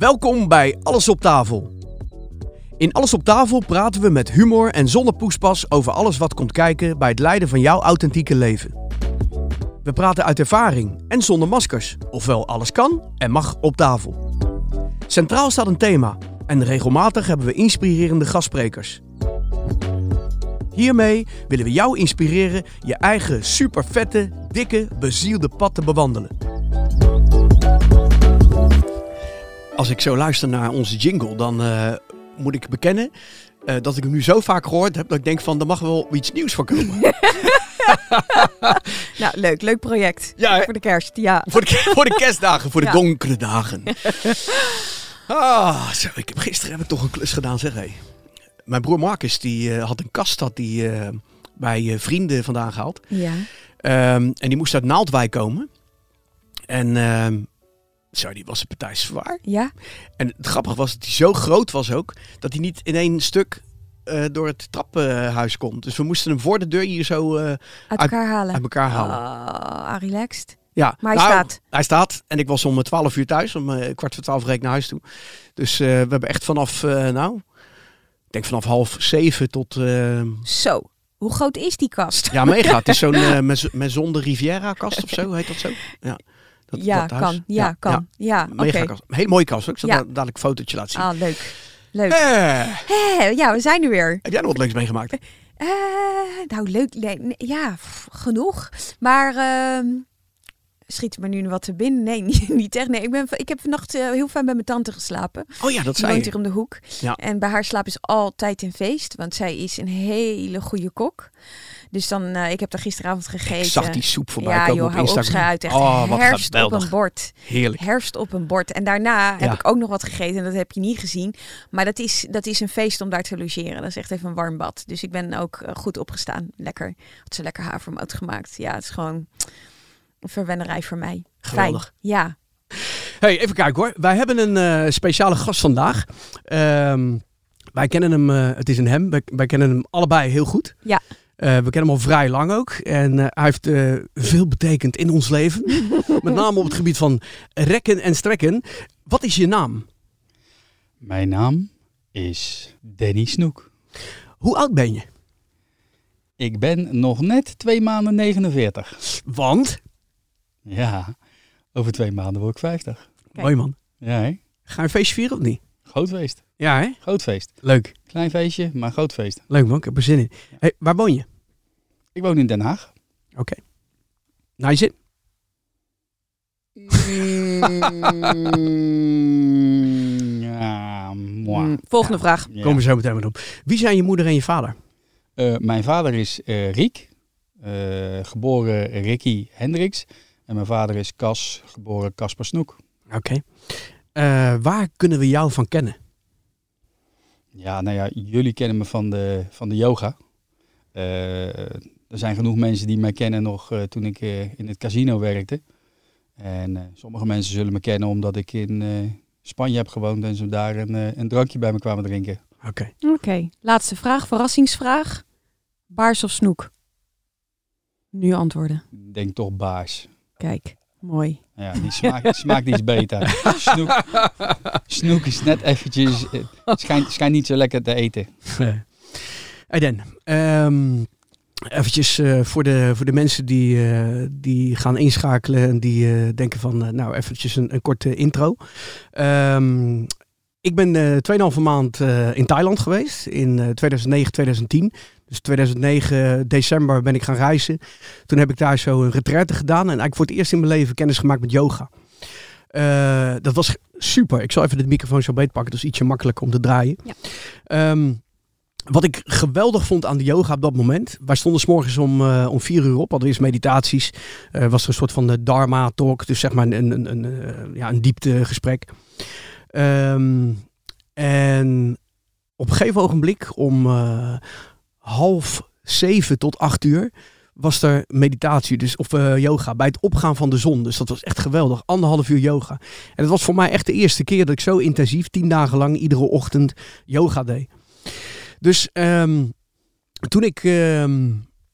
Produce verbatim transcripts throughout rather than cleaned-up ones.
Welkom bij Alles op tafel. In Alles op tafel praten we met humor en zonder poespas over alles wat komt kijken bij het leiden van jouw authentieke leven. We praten uit ervaring en zonder maskers, ofwel alles kan en mag op tafel. Centraal staat een thema en regelmatig hebben we inspirerende gastsprekers. Hiermee willen we jou inspireren je eigen supervette, dikke, bezielde pad te bewandelen. Als ik zo luister naar onze jingle, dan uh, moet ik bekennen uh, dat ik hem nu zo vaak gehoord heb dat ik denk van, er mag wel iets nieuws voor komen. Nou, leuk. Leuk project. Ja, voor de kerst, ja. Voor de, voor de kerstdagen, voor de ja. donkere dagen. Ah, zo, ik heb, gisteren heb ik toch een klus gedaan, zeg hé. Mijn broer Marcus, die uh, had een kast had die, uh, bij uh, vrienden vandaan gehaald. Ja. Um, en die moest uit Naaldwijk komen. En um, zo, die was een partij zwaar. Ja? En het grappige was dat hij zo groot was ook, dat hij niet in één stuk uh, door het trappenhuis kon. Dus we moesten hem voor de deur hier zo uh, Uit uit, elkaar halen. uit elkaar halen. Oh, ah, relaxed. Ja, Maar hij nou, staat. Hij staat. En ik was om twaalf uur thuis. Om uh, kwart voor twaalf reed ik naar huis toe. Dus uh, we hebben echt vanaf, uh, nou, ik denk vanaf half zeven tot... Uh, Zo, hoe groot is die kast? Ja, mega. Het is zo'n uh, Maison de Riviera kast of zo, heet dat zo? Ja, dat, ja, dat huis. kan. Ja, ja kan. Ja, ja mega okay. kast. Een hele mooie kast ook. Ik zal ja. da- dadelijk een fotootje laten zien. Ah, leuk. Leuk. Eh, Hey, ja, we zijn er weer. heb jij nog wat leuks meegemaakt? Uh, nou, leuk. Nee, nee, ja, pff, genoeg. Maar... Uh, Schiet me nu wat te binnen? Nee, niet, niet echt. Nee, ik, ben, ik heb vannacht uh, heel fijn bij mijn tante geslapen. Oh ja, dat Die zei woont je. hier om de hoek. Ja. En bij haar slaap is altijd een feest. Want zij is een hele goede kok. Dus dan, uh, ik heb daar gisteravond gegeten. Ik zag die soep voorbij ja, komen joh, op hou op, Instagram. uit. Echt Oh, wat herfst geweldig. op een bord. Heerlijk. Herfst op een bord. En daarna Ja. heb ik ook nog wat gegeten. En dat heb je niet gezien. Maar dat is, dat is een feest om daar te logeren. Dat is echt even een warm bad. Dus ik ben ook uh, goed opgestaan. Lekker. Had ze lekker havermout gemaakt. Ja, het is gewoon een verwennerij voor mij. Geweldig. Fijn. Ja. Hey, even kijken hoor. Wij hebben een uh, speciale gast vandaag. Um, wij kennen hem, uh, het is een hem. Wij, wij kennen hem allebei heel goed. Ja. Uh, we kennen hem al vrij lang ook. En uh, hij heeft uh, veel betekend in ons leven. Met name op het gebied van rekken en strekken. Wat is je naam? Mijn naam is Danny Snoek. Hoe oud ben je? Ik ben nog net twee maanden negenenveertig. Want? Ja, over twee maanden word ik vijftig. Kijk. Mooi man. Ja, hè? Ga je een feestje vieren of niet? Groot feest. Ja hè? Groot feest. Leuk. Klein feestje, maar groot feest. Leuk man, ik heb er zin in. Hey, waar woon je? Ik woon in Den Haag. Oké. Okay. Nou je zin? Mm, ja, moi. Volgende vraag. Ja. Komen we zo meteen maar op. Wie zijn je moeder en je vader? Uh, mijn vader is uh, Riek, uh, geboren Ricky Hendricks. En mijn vader is Cas, geboren Casper Snoek. Oké. Okay. Uh, waar kunnen we jou van kennen? Ja, nou ja, jullie kennen me van de, van de yoga. Uh, er zijn genoeg mensen die mij kennen nog uh, toen ik uh, in het casino werkte. En uh, sommige mensen zullen me kennen omdat ik in uh, Spanje heb gewoond en ze daar een, uh, een drankje bij me kwamen drinken. Oké. Okay. Oké, okay. Laatste vraag, verrassingsvraag. Baars of snoek? Nu antwoorden. Ik denk toch baars. Kijk, mooi. Ja, die smaakt, smaakt iets beter. Snoek, snoek is net eventjes, het schijnt, schijnt niet zo lekker te eten. Hey Dan, um, eventjes uh, voor, de, voor de mensen die, uh, die gaan inschakelen en die uh, denken van, uh, nou eventjes een, een korte intro. Um, ik ben uh, tweeënhalve maand uh, in Thailand geweest, in uh, tweeduizend negen, tweeduizend tien. Dus tweeduizend negen, december, ben ik gaan reizen. Toen heb ik daar zo een retraite gedaan. En eigenlijk voor het eerst in mijn leven kennis gemaakt met yoga. Uh, dat was super. Ik zal even de microfoon zo beetpakken. Dat is ietsje makkelijker om te draaien. Ja. Um, wat ik geweldig vond aan de yoga op dat moment. Wij stonden 's morgens om, uh, om vier uur op. Hadden we eens meditaties. Uh, was er een soort van de Dharma talk. Dus zeg maar een, een, een, een, ja, een dieptegesprek. Um, en op een gegeven ogenblik om... Uh, half zeven tot acht uur was er meditatie, dus of uh, yoga, bij het opgaan van de zon. Dus dat was echt geweldig. Anderhalf uur yoga. En het was voor mij echt de eerste keer dat ik zo intensief, tien dagen lang, iedere ochtend yoga deed. Dus um, toen ik um,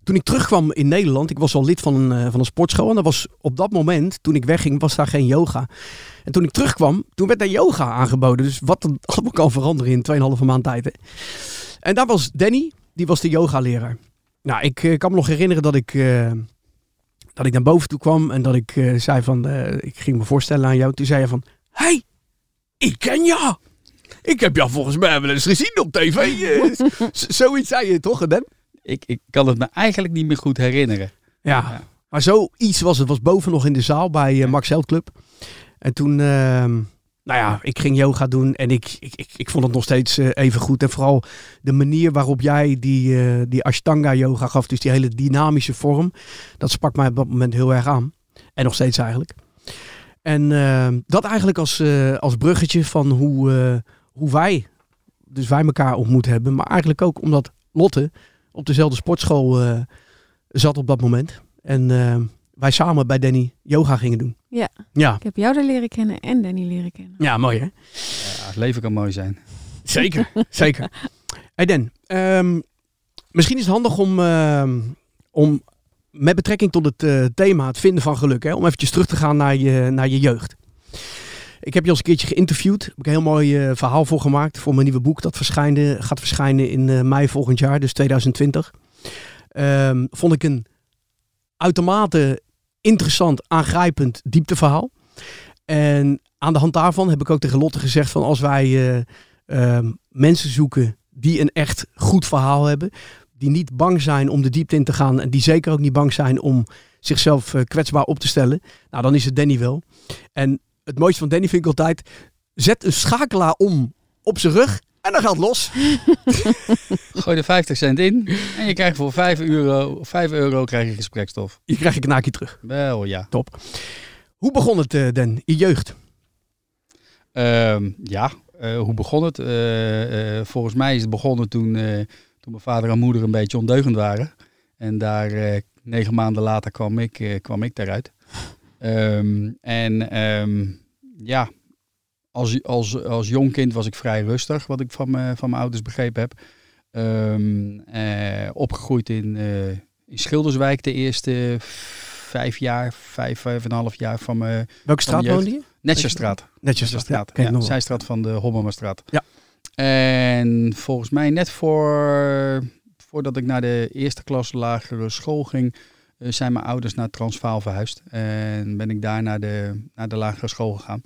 toen ik terugkwam in Nederland, ik was al lid van een, uh, van een sportschool. En dat was op dat moment, toen ik wegging, was daar geen yoga. En toen ik terugkwam, toen werd daar yoga aangeboden. Dus wat er allemaal kan veranderen in tweeënhalve maand tijd. Hè. En daar was Danny, die was de yogaleraar. Nou, ik uh, kan me nog herinneren dat ik, uh, dat ik naar boven toe kwam. En dat ik uh, zei van, uh, ik ging me voorstellen aan jou. Toen zei je van, hey, ik ken jou. Ik heb jou volgens mij wel eens gezien op tv. Uh, z- zoiets zei je toch, Dan? Ik, ik kan het me eigenlijk niet meer goed herinneren. Ja, ja. Maar zoiets was het. Was boven nog in de zaal bij uh, Max Held Club. En toen, uh, nou ja, ik ging yoga doen. En ik, ik, ik, ik vond het nog steeds uh, even goed. En vooral de manier waarop jij die, uh, die Ashtanga yoga gaf. Dus die hele dynamische vorm. Dat sprak mij op dat moment heel erg aan. En nog steeds eigenlijk. En uh, dat eigenlijk als, uh, als bruggetje van hoe, uh, hoe wij, dus wij elkaar ontmoet hebben. Maar eigenlijk ook omdat Lotte op dezelfde sportschool uh, zat op dat moment. En uh, wij samen bij Danny yoga gingen doen. Ja. ja, ik heb jou daar leren kennen en Danny leren kennen. Ja, mooi hè? Ja, het leven kan mooi zijn. Zeker, zeker. Hey Dan, um, misschien is het handig om, uh, om met betrekking tot het uh, thema, het vinden van geluk, hè, om eventjes terug te gaan naar je, naar je jeugd. Ik heb je al eens een keertje geïnterviewd. Heb ik een heel mooi uh, verhaal voor gemaakt. Voor mijn nieuwe boek. Dat verschijnde, gaat verschijnen in uh, mei volgend jaar. Dus tweeduizend twintig. Um, vond ik een uitermate interessant, aangrijpend diepteverhaal. En aan de hand daarvan heb ik ook tegen Lotte gezegd van als wij uh, uh, mensen zoeken die een echt goed verhaal hebben. Die niet bang zijn om de diepte in te gaan. En die zeker ook niet bang zijn om zichzelf uh, kwetsbaar op te stellen. Nou, dan is het Danny wel. En het mooiste van Danny vind ik altijd, zet een schakelaar om op zijn rug en dan gaat het los. Gooi er vijftig cent in en je krijgt voor vijf euro, vijf euro krijg je gesprekstof. Je krijgt een knaakje terug. Wel ja. Top. Hoe begon het uh, Dan, in jeugd? Um, ja, uh, hoe begon het? Uh, uh, volgens mij is het begonnen toen, uh, toen mijn vader en moeder een beetje ondeugend waren. En daar uh, negen maanden later kwam ik, uh, kwam ik daaruit. Um, en um, ja, als, als, als jong kind was ik vrij rustig, wat ik van, me, van mijn ouders begrepen heb. Um, uh, opgegroeid in, uh, in Schilderswijk de eerste vijf jaar, vijf, vijf en een half jaar van mijn Welke straat woonde je? Netjesstraat. Netjesstraat, ja. ja, Zijstraat van de Hommemastraat. Ja. En volgens mij net voor, voordat ik naar de eerste klas lagere school ging, Uh, zijn mijn ouders naar Transvaal verhuisd. En ben ik daar naar de, naar de lagere school gegaan.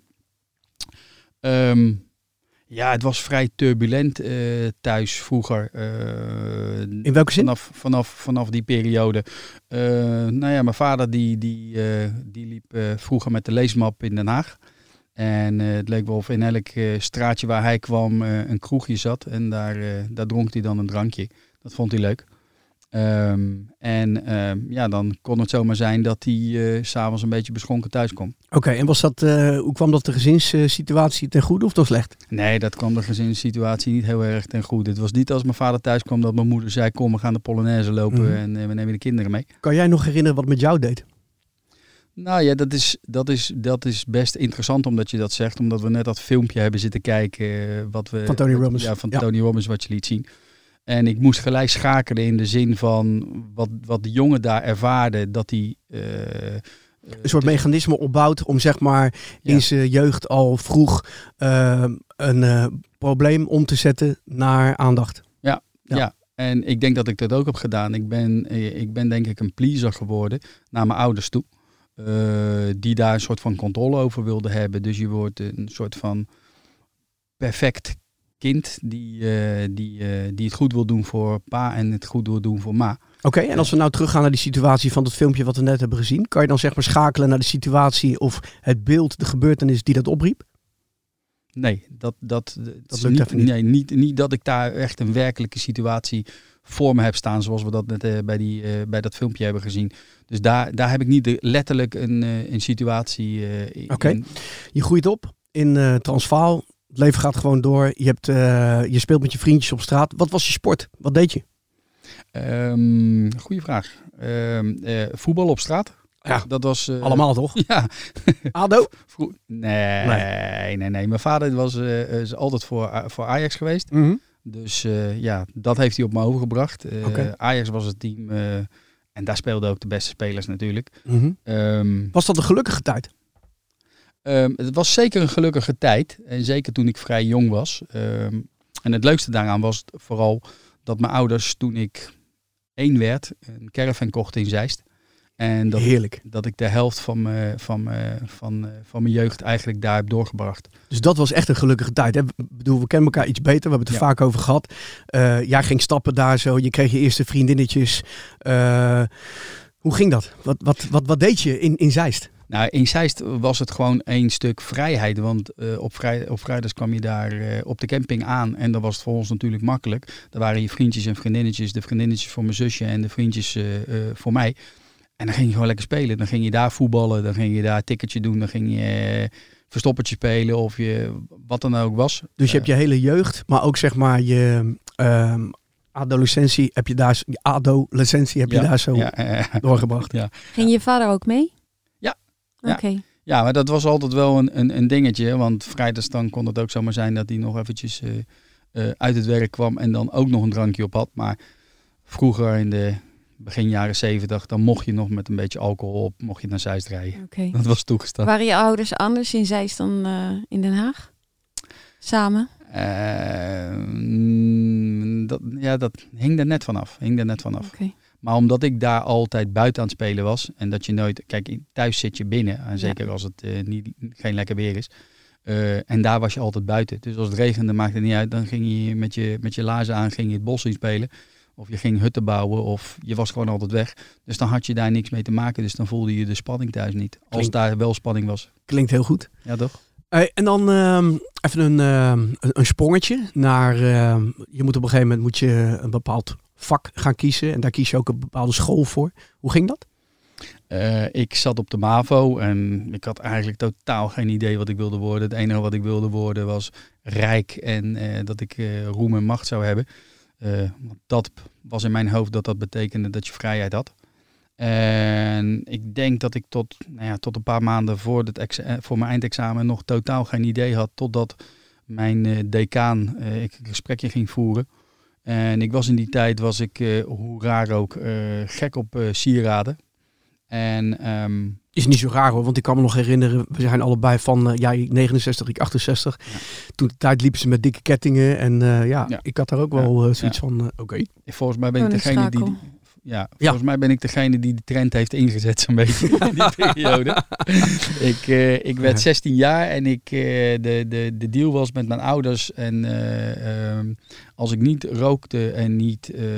Um, ja, het was vrij turbulent uh, thuis vroeger. Uh, In welke zin? Vanaf, vanaf, vanaf die periode. Uh, nou ja, mijn vader die, die, uh, die liep uh, vroeger met de leesmap in Den Haag. En uh, het leek wel of in elk uh, straatje waar hij kwam uh, een kroegje zat. En daar, uh, daar dronk hij dan een drankje. Dat vond hij leuk. Um, en um, ja, dan kon het zomaar zijn dat hij uh, 's avonds een beetje beschonken thuis kwam. Oké, okay, en was dat, uh, hoe kwam dat de gezinssituatie ten goede of ten slecht? Nee, dat kwam de gezinssituatie niet heel erg ten goede. Het was niet als mijn vader thuis kwam dat mijn moeder zei, kom, we gaan de Polonaise lopen mm-hmm. en uh, we nemen de kinderen mee. Kan jij nog herinneren wat met jou deed? Nou ja, dat is, dat, is, dat is best interessant omdat je dat zegt. Omdat we net dat filmpje hebben zitten kijken. Uh, wat we, van Tony wat, Robbins. Ja, van ja. Tony Robbins wat je liet zien. En ik moest gelijk schakelen in de zin van wat, wat de jongen daar ervaarde. Dat hij... Uh, een soort de... mechanisme opbouwt om zeg maar ja. in zijn jeugd al vroeg uh, een uh, probleem om te zetten naar aandacht. Ja, ja, ja. En ik denk dat ik dat ook heb gedaan. Ik ben, ik ben denk ik een pleaser geworden naar mijn ouders toe. Uh, die daar een soort van controle over wilden hebben. Dus je wordt een soort van perfect kind die, uh, die, uh, die het goed wil doen voor pa en het goed wil doen voor ma. Oké, okay, en als we nou teruggaan naar die situatie van het filmpje wat we net hebben gezien, kan je dan zeg maar schakelen naar de situatie of het beeld, de gebeurtenis die dat opriep? Nee, dat, dat, dat, dat is lukt niet, even niet. Nee, niet, niet dat ik daar echt een werkelijke situatie voor me heb staan, zoals we dat net uh, bij, die, uh, bij dat filmpje hebben gezien. Dus daar, daar heb ik niet de, letterlijk een, uh, een situatie uh, in. Oké, okay. Je groeit op in uh, Transvaal. Het leven gaat gewoon door. Je, hebt, uh, je speelt met je vriendjes op straat. Wat was je sport? Wat deed je? Um, goeie vraag. Um, uh, voetbal op straat. Ja, dat was... Uh, allemaal toch? Ja. ADO? Vro- nee, nee, nee, nee. Mijn vader was uh, is altijd voor, voor Ajax geweest. Mm-hmm. Dus uh, ja, dat heeft hij op me overgebracht. Uh, okay. Ajax was het team uh, en daar speelden ook de beste spelers natuurlijk. Mm-hmm. Um, Was dat een gelukkige tijd? Um, het was zeker een gelukkige tijd. En zeker toen ik vrij jong was. Um, en het leukste daaraan was vooral dat mijn ouders toen ik één werd, een caravan kochten in Zeist. En dat, Heerlijk. dat ik de helft van mijn, van, mijn, van, van mijn jeugd eigenlijk daar heb doorgebracht. Dus dat was echt een gelukkige tijd. Hè? Ik bedoel, we kennen elkaar iets beter. We hebben het er Ja. vaak over gehad. Uh, jij ging stappen daar zo. Je kreeg je eerste vriendinnetjes. Uh, hoe ging dat? Wat, wat, wat, wat deed je in, in Zeist? Nou, in Zeist was het gewoon één stuk vrijheid. Want uh, op, vrij, op vrijdags kwam je daar uh, op de camping aan. En dan was het voor ons natuurlijk makkelijk. Daar waren je vriendjes en vriendinnetjes. De vriendinnetjes voor mijn zusje en de vriendjes uh, uh, voor mij. En dan ging je gewoon lekker spelen. Dan ging je daar voetballen. Dan ging je daar ticketje doen. Dan ging je uh, verstoppertje spelen. Of je wat dan ook was. Dus je uh, hebt je hele jeugd. Maar ook zeg maar je... Uh, adolescentie heb je daar... Je adolescentie heb je ja, daar zo ja, uh, doorgebracht. Ja. Ging je vader ook mee? Ja. Oké. Okay. Ja. ja, maar dat was altijd wel een, een, een dingetje. Want vrijdags dan kon het ook zomaar zijn dat hij nog eventjes uh, uh, uit het werk kwam. En dan ook nog een drankje op had. Maar vroeger in de... begin jaren zeventig, dan mocht je nog met een beetje alcohol op, mocht je naar Zeist rijden. Okay. Dat was toegestaan. Waren je ouders anders in Zeist dan uh, in Den Haag? Samen? Uh, mm, dat, ja, dat hing er net vanaf. Hing er net vanaf. Okay. Maar omdat ik daar altijd buiten aan het spelen was en dat je nooit, kijk, thuis zit je binnen, en zeker ja. als het uh, niet, geen lekker weer is. Uh, en daar was je altijd buiten. Dus als het regende, maakte het niet uit. Dan ging je met je, met je laarzen aan, ging je het bos in spelen. Of je ging hutten bouwen, of je was gewoon altijd weg. Dus dan had je daar niks mee te maken. Dus dan voelde je de spanning thuis niet. Als Klinkt, daar wel spanning was. Klinkt heel goed. Ja, toch? Hey, en dan uh, even een, uh, een sprongetje naar... Uh, je moet op een gegeven moment moet je een bepaald vak gaan kiezen. En daar kies je ook een bepaalde school voor. Hoe ging dat? Uh, ik zat op de MAVO en ik had eigenlijk totaal geen idee wat ik wilde worden. Het enige wat ik wilde worden was rijk en uh, dat ik uh, roem en macht zou hebben. Uh, dat was in mijn hoofd dat dat betekende dat je vrijheid had. En ik denk dat ik tot, nou ja, tot een paar maanden voor, het exa- voor mijn eindexamen nog totaal geen idee had. Totdat mijn uh, decaan uh, ik een gesprekje ging voeren. En ik was in die tijd, was ik, uh, hoe raar ook, uh, gek op uh, sieraden. En, um, is niet zo raar hoor, want ik kan me nog herinneren, we zijn allebei van, uh, jij negenenzestig, ik achtenzestig. Ja. Toen de tijd liepen ze met dikke kettingen en uh, ja, ja, ik had daar ook wel uh, zoiets ja. van, uh, oké. Okay. Volgens mij ben ik degene die, die, ja, volgens ja. mij ben ik degene die de trend heeft ingezet zo'n beetje in die periode. ik, uh, ik werd ja. zestien jaar en ik, uh, de, de, de deal was met mijn ouders en uh, um, als ik niet rookte en niet uh,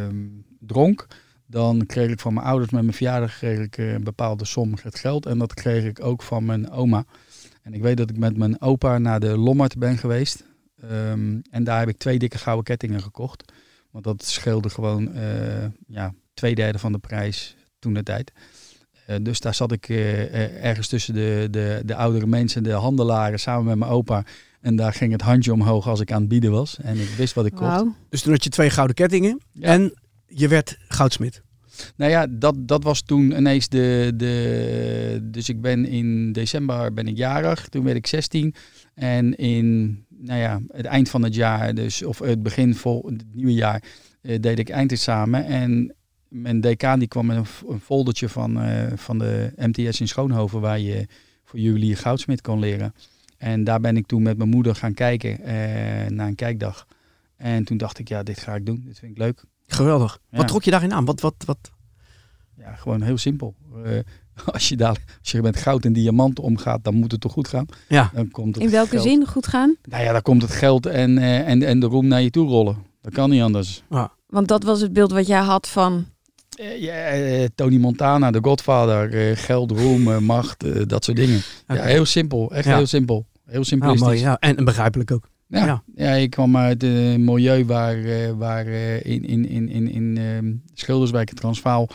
dronk, dan kreeg ik van mijn ouders met mijn verjaardag kreeg ik een bepaalde som het geld. En dat kreeg ik ook van mijn oma. En ik weet dat ik met mijn opa naar de Lommerd ben geweest. Um, en daar heb ik twee dikke gouden kettingen gekocht. Want dat scheelde gewoon uh, ja, twee derde van de prijs toen de tijd. Uh, dus daar zat ik uh, ergens tussen de, de, de oudere mensen, de handelaren, samen met mijn opa. En daar ging het handje omhoog als ik aan het bieden was. En ik wist wat ik kocht. Wow. Dus toen had je twee gouden kettingen ja. en... Je werd goudsmid. Nou ja, dat, dat was toen ineens de, de... Dus ik ben in december ben ik jarig. Toen werd ik zestien. En in nou ja, het eind van het jaar, dus, of het begin van het nieuwe jaar, uh, deed ik eindexamen. En mijn decaan die kwam met een, een foldertje van, uh, van de M T S in Schoonhoven, waar je voor juwelier goudsmid kon leren. En daar ben ik toen met mijn moeder gaan kijken uh, naar een kijkdag. En toen dacht ik, ja, dit ga ik doen. Dit vind ik leuk. Geweldig. Ja. Wat trok je daarin aan? Wat, wat, wat? Ja, gewoon heel simpel. Uh, als, je daar, als je met goud en diamanten omgaat, dan moet het toch goed gaan. Ja. Dan komt het In welke geld. zin goed gaan? Nou ja, dan komt het geld en, uh, en, en de roem naar je toe rollen. Dat kan niet anders. Ja. Want dat was het beeld wat jij had van... Uh, ja, uh, Tony Montana, de Godfather, uh, geld, roem, uh, macht, uh, dat soort dingen. Okay. Ja, heel simpel. Echt ja. heel simpel. Heel simplistisch. Ja, mooi, ja. En, en begrijpelijk ook. Ja, ja. ja, ik kwam uit een milieu waar, uh, waar uh, in, in, in, in, in uh, Schilderswijk en Transvaal,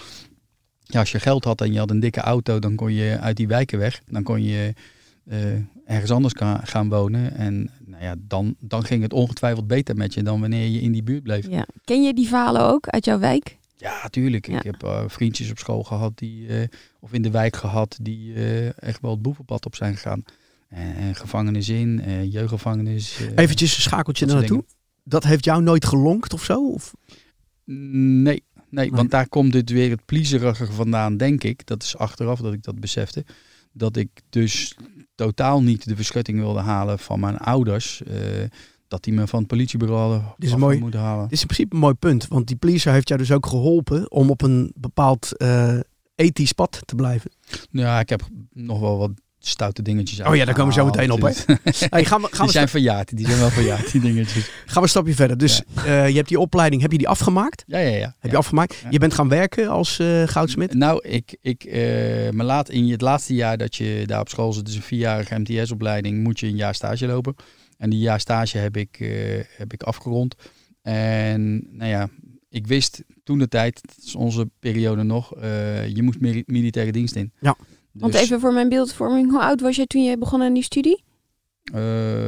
ja, als je geld had en je had een dikke auto, dan kon je uit die wijken weg. Dan kon je uh, ergens anders ka- gaan wonen. En nou ja, dan, dan ging het ongetwijfeld beter met je dan wanneer je in die buurt bleef. Ja. Ken je die verhalen ook uit jouw wijk? Ja, tuurlijk. Ja. Ik heb uh, vriendjes op school gehad, die, uh, of in de wijk gehad, die uh, echt wel het boevenpad op zijn gegaan. En gevangenis in, uh, jeugdgevangenis. Uh, Eventjes een schakeltje naar naartoe. Dat heeft jou nooit gelonkt of zo? Of? Nee, nee, Nee. want daar komt het weer het pleaserige vandaan, denk ik. Dat is achteraf dat ik dat besefte. Dat ik dus totaal niet de verschutting wilde halen van mijn ouders. Uh, dat die me van het politiebureau hadden Dit is mooi. moeten halen. Dit is in principe een mooi punt. Want die pleaser heeft jou dus ook geholpen om op een bepaald uh, ethisch pad te blijven. Ja, ik heb nog wel wat stoute dingetjes uit. Oh ja, daar komen we zo meteen op. Hè? Hey, gaan we, gaan die we zijn verjaard. Die zijn wel verjaard, die dingetjes. Gaan we een stapje verder. Dus ja. uh, je hebt die opleiding, heb je die afgemaakt? Ja, ja, ja. Heb ja. je afgemaakt? Ja. Je bent gaan werken als uh, goudsmid? Nou, ik, ik, uh, mijn laat, in het laatste jaar dat je daar op school zit, dus een vierjarige M T S-opleiding, moet je een jaar stage lopen. En die jaar stage heb ik, uh, heb ik afgerond. En nou ja, ik wist toen de tijd, dat is onze periode nog, uh, je moest mi- militaire dienst in. Ja. Dus, want even voor mijn beeldvorming, hoe oud was jij toen je begon aan die studie? Uh,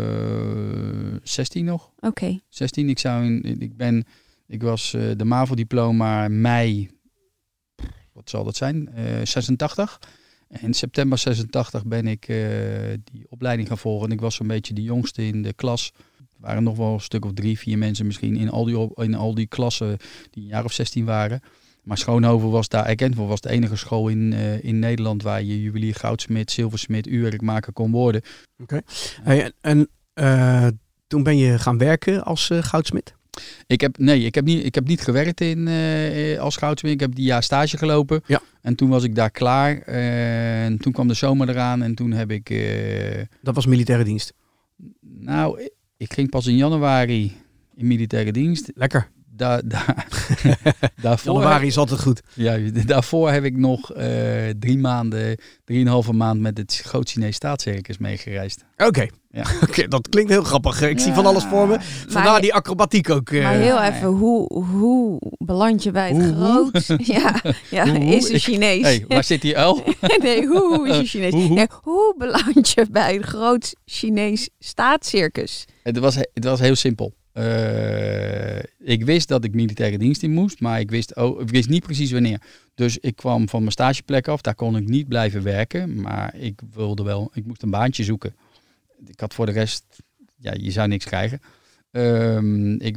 zestien nog. Oké. Okay. zestien, ik zou in, ik ben, ik was uh, de MAVO-diploma mei, wat zal dat zijn, uh, zesentachtig. En in september zesentachtig ben ik uh, die opleiding gaan volgen. En ik was zo'n beetje de jongste in de klas. Er waren nog wel een stuk of drie, vier mensen misschien in al die, op, in al die klassen die een jaar of zestien waren. Maar Schoonhoven was daar erkend voor. Was de enige school in, uh, in Nederland waar je juwelier, goudsmid, zilversmid, uurwerkmaker kon worden. Oké. Okay. Hey, en uh, toen ben je gaan werken als uh, goudsmid? Ik heb, nee, ik heb niet, ik heb niet gewerkt in, uh, als goudsmid. Ik heb die jaar stage gelopen. Ja. En toen was ik daar klaar. Uh, en toen kwam de zomer eraan. En toen heb ik... Uh, Dat was militaire dienst? Nou, ik, ik ging pas in januari in militaire dienst. Lekker. Da, da, daarvoor januari is altijd goed. Ja, daarvoor heb ik nog uh, drie maanden, drieënhalve maand met het Groot Chinees Staatscircus meegereisd. Oké, okay. ja. okay, dat klinkt heel grappig. Ik ja. zie van alles voor me. Vandaar maar, die acrobatiek ook. Uh, maar heel even, hoe, hoe beland je bij het hoe, groot? Hoe? Ja, ja hoe, hoe? Is een Chinees. Hey, waar zit die uil? Nee, hoe is een Chinees? Hoe, hoe? Nee, hoe beland je bij het Groot Chinees Staatscircus? Het was, het was heel simpel. Uh, ik wist dat ik militaire dienst in moest, maar ik wist, oh, ik wist niet precies wanneer. Dus ik kwam van mijn stageplek af, daar kon ik niet blijven werken, maar ik wilde wel, ik moest een baantje zoeken. Ik had voor de rest, ja, je zou niks krijgen. Um, ik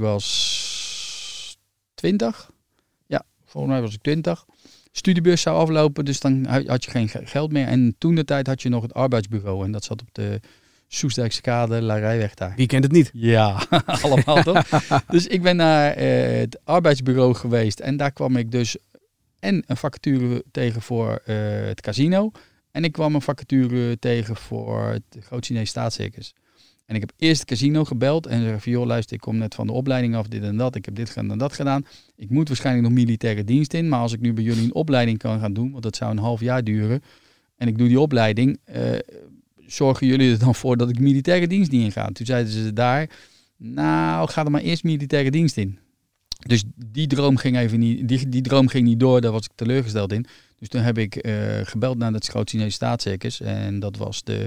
was twintig, ja, volgens mij was ik twintig. Studiebeurs zou aflopen, dus dan had je geen geld meer. En toen de tijd had je nog het arbeidsbureau en dat zat op de Soestdijkse kade, La Rijweg daar. Wie kent het niet? Ja, allemaal toch? Dus ik ben naar uh, het arbeidsbureau geweest en daar kwam ik dus en een vacature tegen voor uh, het casino en ik kwam een vacature tegen voor het Groot Chinees Staatscircus. En ik heb eerst het casino gebeld en zei van joh, luister, ik kom net van de opleiding af, dit en dat, ik heb dit gedaan en dat gedaan. Ik moet waarschijnlijk nog militaire dienst in, maar als ik nu bij jullie een opleiding kan gaan doen, want dat zou een half jaar duren en ik doe die opleiding... Uh, zorgen jullie er dan voor dat ik militaire dienst niet inga? Toen zeiden ze daar, nou, ga er maar eerst militaire dienst in. Dus die droom ging even niet, die, die droom ging niet door, daar was ik teleurgesteld in. Dus toen heb ik uh, gebeld naar het Groot Chinees Staatscircus en dat was de,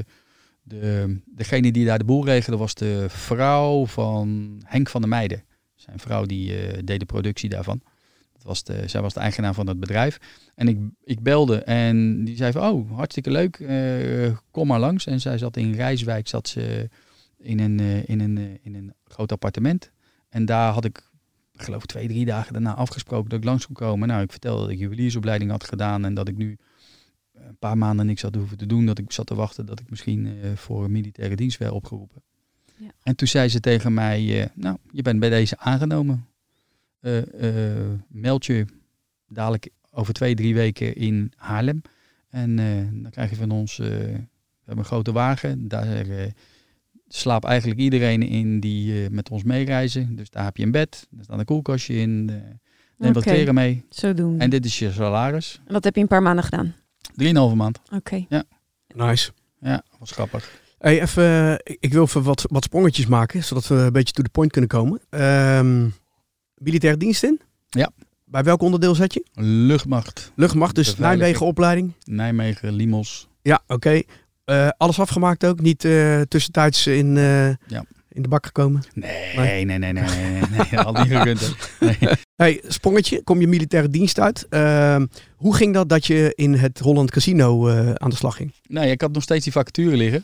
de, degene die daar de boel regelde, was de vrouw van Henk van der Meijden. Zijn vrouw die uh, deed de productie daarvan. Dat was de, zij was de eigenaar van het bedrijf. En ik, ik belde en die zei van, oh, hartstikke leuk, uh, kom maar langs. En zij zat in Rijswijk, zat ze in een, uh, in, een, uh, in een groot appartement. En daar had ik, ik geloof twee, drie dagen daarna afgesproken dat ik langs kon komen. Nou, ik vertelde dat ik juweliersopleiding had gedaan en dat ik nu een paar maanden niks had hoeven te doen. Dat ik zat te wachten dat ik misschien uh, voor een militaire dienst werd opgeroepen. Ja. En toen zei ze tegen mij, uh, nou, je bent bij deze aangenomen. Uh, uh, meld je dadelijk over twee, drie weken in Haarlem. En uh, dan krijg je van ons, uh, we hebben een grote wagen. Daar uh, slaapt eigenlijk iedereen in die uh, met ons meereizen. Dus daar heb je een bed, daar staat een koelkastje in. Uh, neem wat kleren mee. Zo doen. En dit is je salaris. En dat heb je een paar maanden gedaan? Drieënhalve maand. Oké. Okay. Ja. Nice. Ja, was grappig. Hey, even, uh, ik wil even wat, wat sprongetjes maken, zodat we een beetje to the point kunnen komen. Um, militaire dienst in? Ja. Bij welk onderdeel zat je? Luchtmacht. Luchtmacht, dus Nijmegen opleiding? Nijmegen, Limos. Ja, oké. Okay. Uh, alles afgemaakt ook? Niet uh, tussentijds in, uh, ja. in de bak gekomen? Nee, nee, nee, nee, nee. nee, nee al niet gekund. Nee. Hey, sprongetje, kom je militaire dienst uit. Uh, hoe ging dat dat je in het Holland Casino uh, aan de slag ging? Nee, ik had nog steeds die vacature liggen.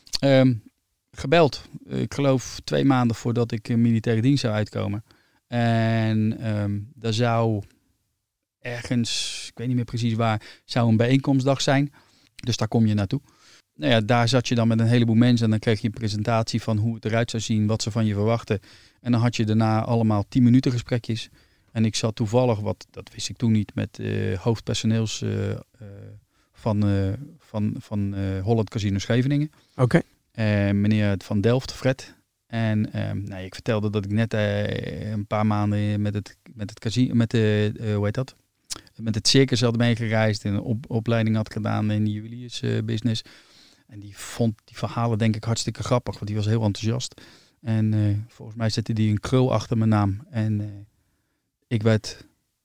Um, gebeld. Ik geloof twee maanden voordat ik in militaire dienst zou uitkomen. En um, daar zou ergens, ik weet niet meer precies waar, zou een bijeenkomstdag zijn. Dus daar kom je naartoe. Nou ja, daar zat je dan met een heleboel mensen en dan kreeg je een presentatie van hoe het eruit zou zien, wat ze van je verwachten. En dan had je daarna allemaal tien minuten gesprekjes. En ik zat toevallig, wat dat wist ik toen niet, met uh, hoofdpersoneels uh, uh, van, uh, van, van uh, Holland Casino Scheveningen. Oké. Okay. Uh, meneer Van Delft, Fred. En uh, nou, ik vertelde dat ik net uh, een paar maanden met het, met het casino, met de, uh, hoe heet dat? Met het circus had meegereisd en een op, opleiding had gedaan in de juweliers uh, business. En die vond die verhalen denk ik hartstikke grappig, want die was heel enthousiast. En uh, volgens mij zette die een krul achter mijn naam. En uh, ik werd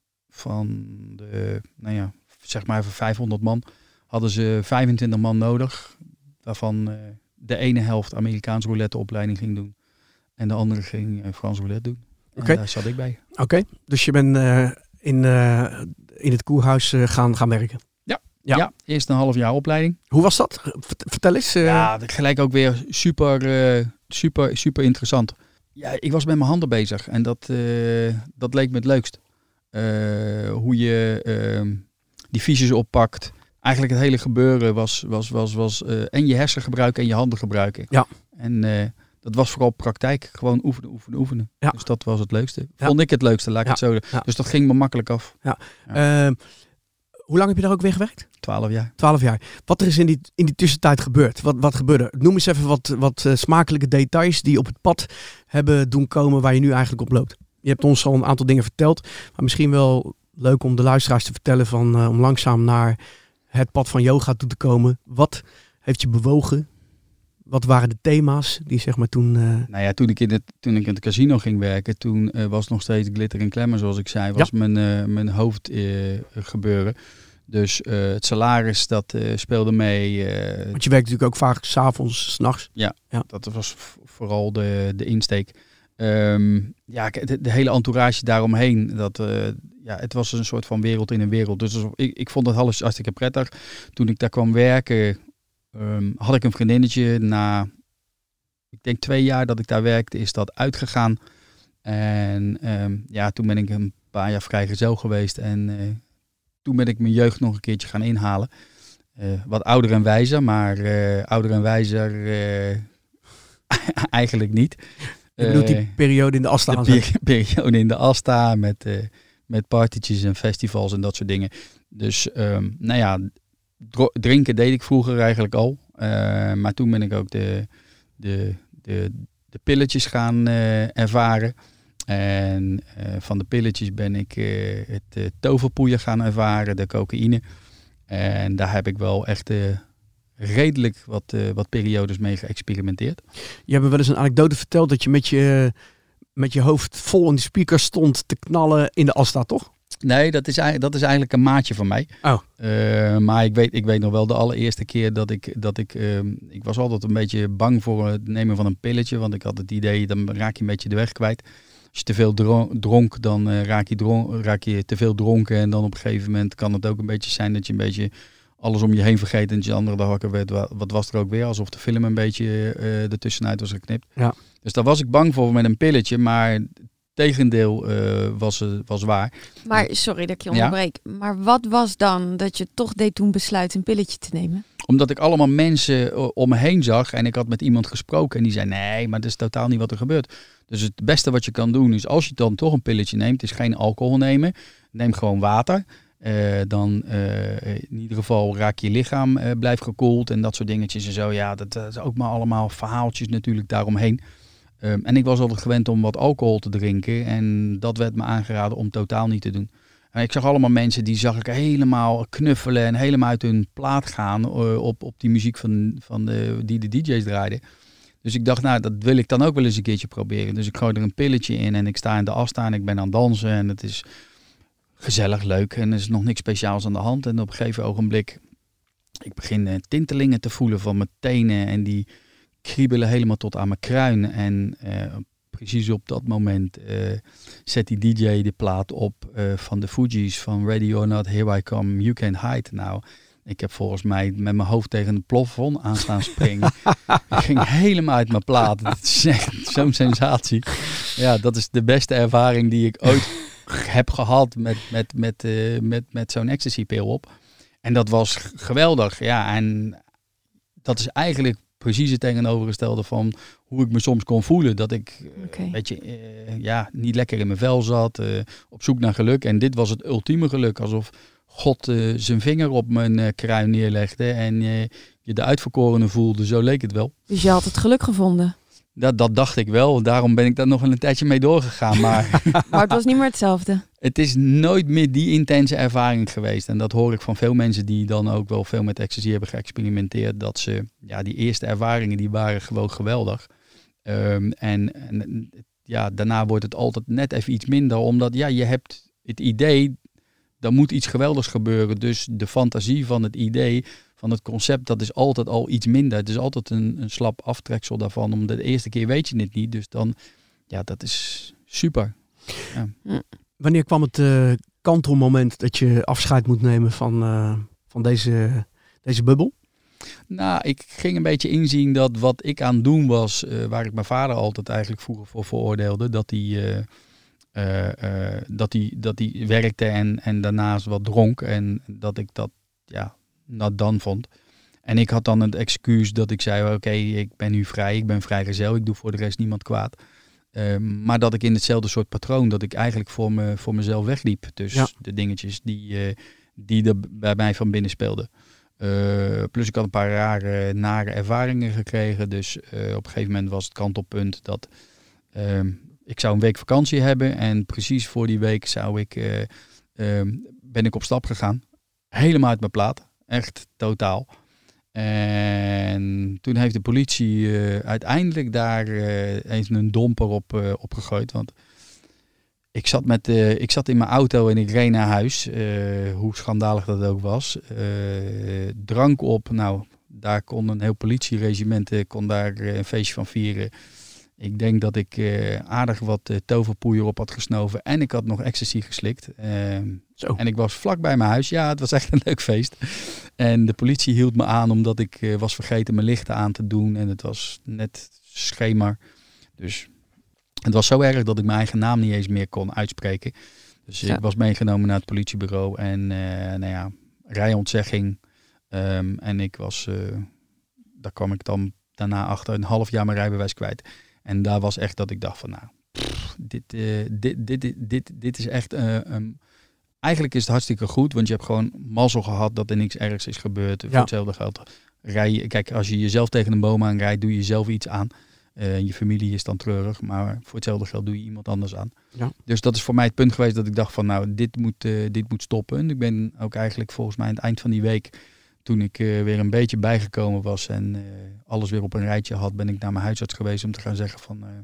van de, nou ja, zeg maar even vijfhonderd man, hadden ze vijfentwintig man nodig, waarvan uh, de ene helft Amerikaans roulette opleiding ging doen. En de andere ging uh, Frans roulette doen. Oké. Okay. Daar zat ik bij. Oké, okay. Dus je bent uh, in, uh, in het koerhuis uh, gaan, gaan werken? Ja. Ja. ja, eerst een half jaar opleiding. Hoe was dat? Vertel eens. Uh... Ja, gelijk ook weer super, uh, super, super interessant. Ja, ik was met mijn handen bezig en dat, uh, dat leek me het leukst. Uh, hoe je uh, die fiches oppakt. Eigenlijk het hele gebeuren was, was, was, was uh, en je hersen gebruiken en je handen gebruiken. Ja. En uh, dat was vooral praktijk. Gewoon oefenen, oefenen, oefenen. Ja. Dus dat was het leukste. Ja. Vond ik het leukste, laat ik ja. het zo doen. Ja. Dus dat ging me makkelijk af. Ja. Ja. Uh, hoe lang heb je daar ook weer gewerkt? Twaalf jaar. Twaalf jaar. Wat er is in die, in die tussentijd gebeurd? Wat, wat gebeurde? Noem eens even wat, wat uh, smakelijke details die op het pad hebben doen komen waar je nu eigenlijk op loopt. Je hebt ons al een aantal dingen verteld, maar misschien wel leuk om de luisteraars te vertellen van uh, om langzaam naar het pad van yoga toe te komen. Wat heeft je bewogen? Wat waren de thema's die zeg maar toen... Uh... Nou ja, toen ik in het, toen ik in het casino ging werken, toen uh, was nog steeds glitter en glamour, zoals ik zei, was ja. mijn, uh, mijn hoofd uh, gebeuren. Dus uh, het salaris, dat uh, speelde mee. Uh, Want je werkt natuurlijk ook vaak 's avonds, 's nachts. Ja, ja, dat was v- vooral de, de insteek. Um, ja, de, de hele entourage daaromheen, dat, uh, ja, het was een soort van wereld in een wereld. Dus ik, ik vond het alles hartstikke prettig. Toen ik daar kwam werken, um, had ik een vriendinnetje. Na, ik denk twee jaar dat ik daar werkte, is dat uitgegaan. En um, ja, toen ben ik een paar jaar vrijgezel geweest. En uh, toen ben ik mijn jeugd nog een keertje gaan inhalen. Uh, wat ouder en wijzer, maar uh, ouder en wijzer uh, eigenlijk niet. Je bedoelt die periode in de Asta? De per- periode in de Asta met, uh, met partytjes en festivals en dat soort dingen. Dus um, nou ja, dro- drinken deed ik vroeger eigenlijk al. Uh, maar toen ben ik ook de, de, de, de pilletjes gaan uh, ervaren. En uh, van de pilletjes ben ik uh, het uh, toverpoeier gaan ervaren, de cocaïne. En daar heb ik wel echt... Uh, redelijk wat, uh, wat periodes mee geëxperimenteerd. Je hebt me wel eens een anekdote verteld dat je met je, met je hoofd vol in de speaker stond te knallen in de Asta, toch? Nee, dat is, dat is eigenlijk een maatje van mij. Oh. Uh, maar ik weet, ik weet nog wel de allereerste keer dat ik... dat ik, uh, ik was altijd een beetje bang voor het nemen van een pilletje. Want ik had het idee, dan raak je een beetje de weg kwijt. Als je te veel dronk, dronk dan uh, raak, je dron, raak je te veel dronken. En dan op een gegeven moment kan het ook een beetje zijn dat je een beetje... alles om je heen vergeten en dat je de andere dag wakker werd. Wat was er ook weer? Alsof de film een beetje uh, ertussenuit was geknipt. Ja. Dus daar was ik bang voor met een pilletje. Maar tegendeel uh, was, uh, was waar. Maar sorry dat ik je onderbreek. Ja? Maar wat was dan dat je toch deed toen besluit een pilletje te nemen? Omdat ik allemaal mensen uh, om me heen zag. En ik had met iemand gesproken. En die zei nee, maar dat is totaal niet wat er gebeurt. Dus het beste wat je kan doen is als je dan toch een pilletje neemt. Is geen alcohol nemen. Neem gewoon water. Uh, dan uh, in ieder geval raak je lichaam uh, blijft gekoeld en dat soort dingetjes en zo. Ja, dat uh, is ook maar allemaal verhaaltjes natuurlijk daaromheen. Um, en ik was altijd gewend om wat alcohol te drinken en dat werd me aangeraden om totaal niet te doen. En ik zag allemaal mensen die zag ik helemaal knuffelen en helemaal uit hun plaat gaan uh, op, op die muziek van, van de, die de D J's draaiden. Dus ik dacht, nou, dat wil ik dan ook wel eens een keertje proberen. Dus ik gooi er een pilletje in en ik sta in de Asta en ik ben aan het dansen en het is... gezellig, leuk en er is nog niks speciaals aan de hand. En op een gegeven ogenblik, ik begin uh, tintelingen te voelen van mijn tenen en die kriebelen helemaal tot aan mijn kruin. En uh, precies op dat moment uh, zet die D J de plaat op uh, van de Fugees van Ready or Not, Here I Come, You Can't Hide. Nou, ik heb volgens mij met mijn hoofd tegen het plafond aan staan springen. Ik ging helemaal uit mijn plaat. Het is echt zo'n sensatie. Ja, dat is de beste ervaring die ik ooit heb gehad met, met, met, uh, met, met zo'n ecstasy-pil op. En dat was g- geweldig. Ja, en dat is eigenlijk precies het tegenovergestelde van hoe ik me soms kon voelen. Dat ik uh, Okay. een beetje uh, ja, niet lekker in mijn vel zat, uh, op zoek naar geluk. En dit was het ultieme geluk, alsof God uh, zijn vinger op mijn uh, kruin neerlegde en uh, je de uitverkorene voelde. Zo leek het wel. Dus je had het geluk gevonden. Dat, dat dacht ik wel. Daarom ben ik daar nog wel een tijdje mee doorgegaan. Maar Maar het was niet meer hetzelfde. het is nooit meer die intense ervaring geweest. En dat hoor ik van veel mensen die dan ook wel veel met ecstasy hebben geëxperimenteerd. Dat ze, ja, die eerste ervaringen, die waren gewoon geweldig. Um, en, en ja, daarna wordt het altijd net even iets minder. Omdat ja, je hebt het idee, er moet iets geweldigs gebeuren. Dus de fantasie van het idee, van het concept, dat is altijd al iets minder. Het is altijd een, een slap aftreksel daarvan. Omdat de eerste keer weet je het niet. Dus dan, ja, dat is super. Ja. Wanneer kwam het uh, kantelmoment dat je afscheid moet nemen van, uh, van deze, deze bubbel? Nou, ik ging een beetje inzien dat wat ik aan het doen was, uh, waar ik mijn vader altijd eigenlijk vroeger voor veroordeelde, dat hij uh, uh, uh, dat hij dat hij werkte en, en daarnaast wat dronk en dat ik dat ja not done vond. En ik had dan het excuus dat ik zei, oké, okay, ik ben nu vrij, ik ben vrijgezel, ik doe voor de rest niemand kwaad. Uh, maar dat ik in hetzelfde soort patroon, dat ik eigenlijk voor, me, voor mezelf wegliep. Dus ja. de dingetjes die, uh, die er bij mij van binnen speelden. Uh, plus ik had een paar rare, nare ervaringen gekregen. Dus uh, op een gegeven moment was het kantelpunt dat uh, ik zou een week vakantie hebben. En precies voor die week zou ik, uh, uh, ben ik op stap gegaan. Helemaal uit mijn plaat. Echt totaal. En toen heeft de politie uh, uiteindelijk daar uh, even een domper op, uh, op gegooid. Want ik zat, met, uh, ik zat in mijn auto en ik reed naar huis. Uh, hoe schandalig dat ook was. Uh, drank op. Nou, daar kon een heel politieregiment uh, kon daar uh, een feestje van vieren. Ik denk dat ik uh, aardig wat uh, toverpoeier op had gesnoven. En ik had nog ecstasy geslikt. Uh, Zo. En ik was vlak bij mijn huis. Ja, het was echt een leuk feest. En de politie hield me aan omdat ik uh, was vergeten mijn lichten aan te doen. En het was net schemer. Dus het was zo erg dat ik mijn eigen naam niet eens meer kon uitspreken. Dus ja. ik was meegenomen naar het politiebureau. En uh, nou ja, rijontzegging. Um, en ik was, uh, daar kwam ik dan daarna achter een half jaar mijn rijbewijs kwijt. En daar was echt dat ik dacht van nou, pff, dit, uh, dit, dit, dit, dit, dit is echt... Uh, um, eigenlijk is het hartstikke goed, want je hebt gewoon mazzel gehad dat er niks ergs is gebeurd. Ja. Voor hetzelfde geld rij je, kijk, als je jezelf tegen een boom aanrijdt, doe je jezelf iets aan. Uh, je familie is dan treurig, maar voor hetzelfde geld doe je iemand anders aan. Ja. Dus dat is voor mij het punt geweest dat ik dacht van nou, dit moet, uh, dit moet stoppen. En ik ben ook eigenlijk volgens mij aan het eind van die week, toen ik uh, weer een beetje bijgekomen was en uh, alles weer op een rijtje had, ben ik naar mijn huisarts geweest om te gaan zeggen van... Uh,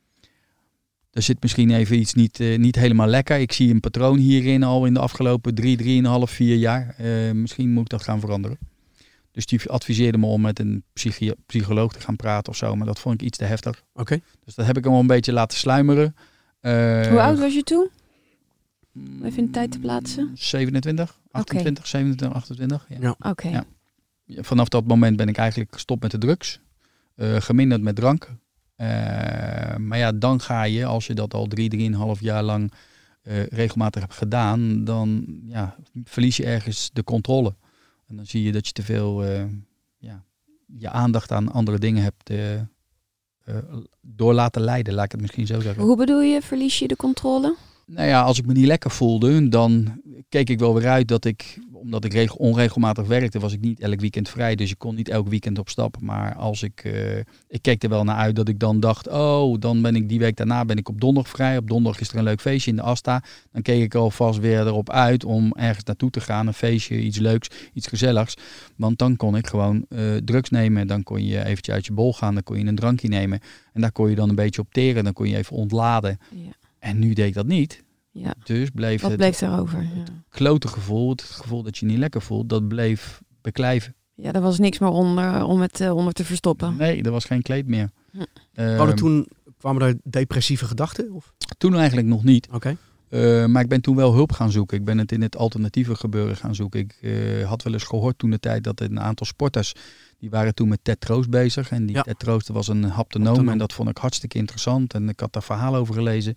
er zit misschien even iets niet, uh, niet helemaal lekker. Ik zie een patroon hierin al in de afgelopen drie, drieënhalf, vier jaar. Uh, misschien moet ik dat gaan veranderen. Dus die adviseerde me om met een psychi- psycholoog te gaan praten of zo. Maar dat vond ik iets te heftig. Oké. Okay. Dus dat heb ik hem al een beetje laten sluimeren. Uh, Hoe oud was je toen? Even in tijd te plaatsen. zevenentwintig, achtentwintig, okay. zevenentwintig, achtentwintig. Ja. Ja. Oké. Okay. Ja. Vanaf dat moment ben ik eigenlijk gestopt met de drugs. Uh, geminderd met drank. Uh, maar ja, dan ga je, als je dat al drie, drieënhalf jaar lang uh, regelmatig hebt gedaan, dan ja, verlies je ergens de controle. En dan zie je dat je te veel uh, ja, je aandacht aan andere dingen hebt uh, uh, door laten leiden, laat ik het misschien zo zeggen. Hoe bedoel je, verlies je de controle? Nou ja, als ik me niet lekker voelde, dan keek ik wel weer uit dat ik, omdat ik regel, onregelmatig werkte, was ik niet elk weekend vrij. Dus ik kon niet elk weekend op stap. Maar als ik, uh, ik keek er wel naar uit dat ik dan dacht, oh, dan ben ik die week daarna ben ik op donderdag vrij. Op donderdag is er een leuk feestje in de Asta. Dan keek ik alvast weer erop uit om ergens naartoe te gaan. Een feestje, iets leuks, iets gezelligs. Want dan kon ik gewoon uh, drugs nemen. Dan kon je eventjes uit je bol gaan. Dan kon je een drankje nemen. En daar kon je dan een beetje op teren. Dan kon je even ontladen. Ja. En nu deed ik dat niet. Ja. Dus bleef Wat het, bleef erover? Ja. het klote gevoel, het gevoel dat je niet lekker voelt, dat bleef beklijven. Ja, er was niks meer onder om het uh, onder te verstoppen. Nee, er was geen kleed meer. Hm. Uh, toen kwamen er depressieve gedachten? Of? Toen eigenlijk nog niet. Oké. Okay. Uh, maar ik ben toen wel hulp gaan zoeken. Ik ben het in het alternatieve gebeuren gaan zoeken. Ik uh, had wel eens gehoord toen de tijd dat een aantal sporters, die waren toen met tetroos bezig. En die ja. tetroos was een haptonoom en dat vond ik hartstikke interessant. En ik had daar verhalen over gelezen.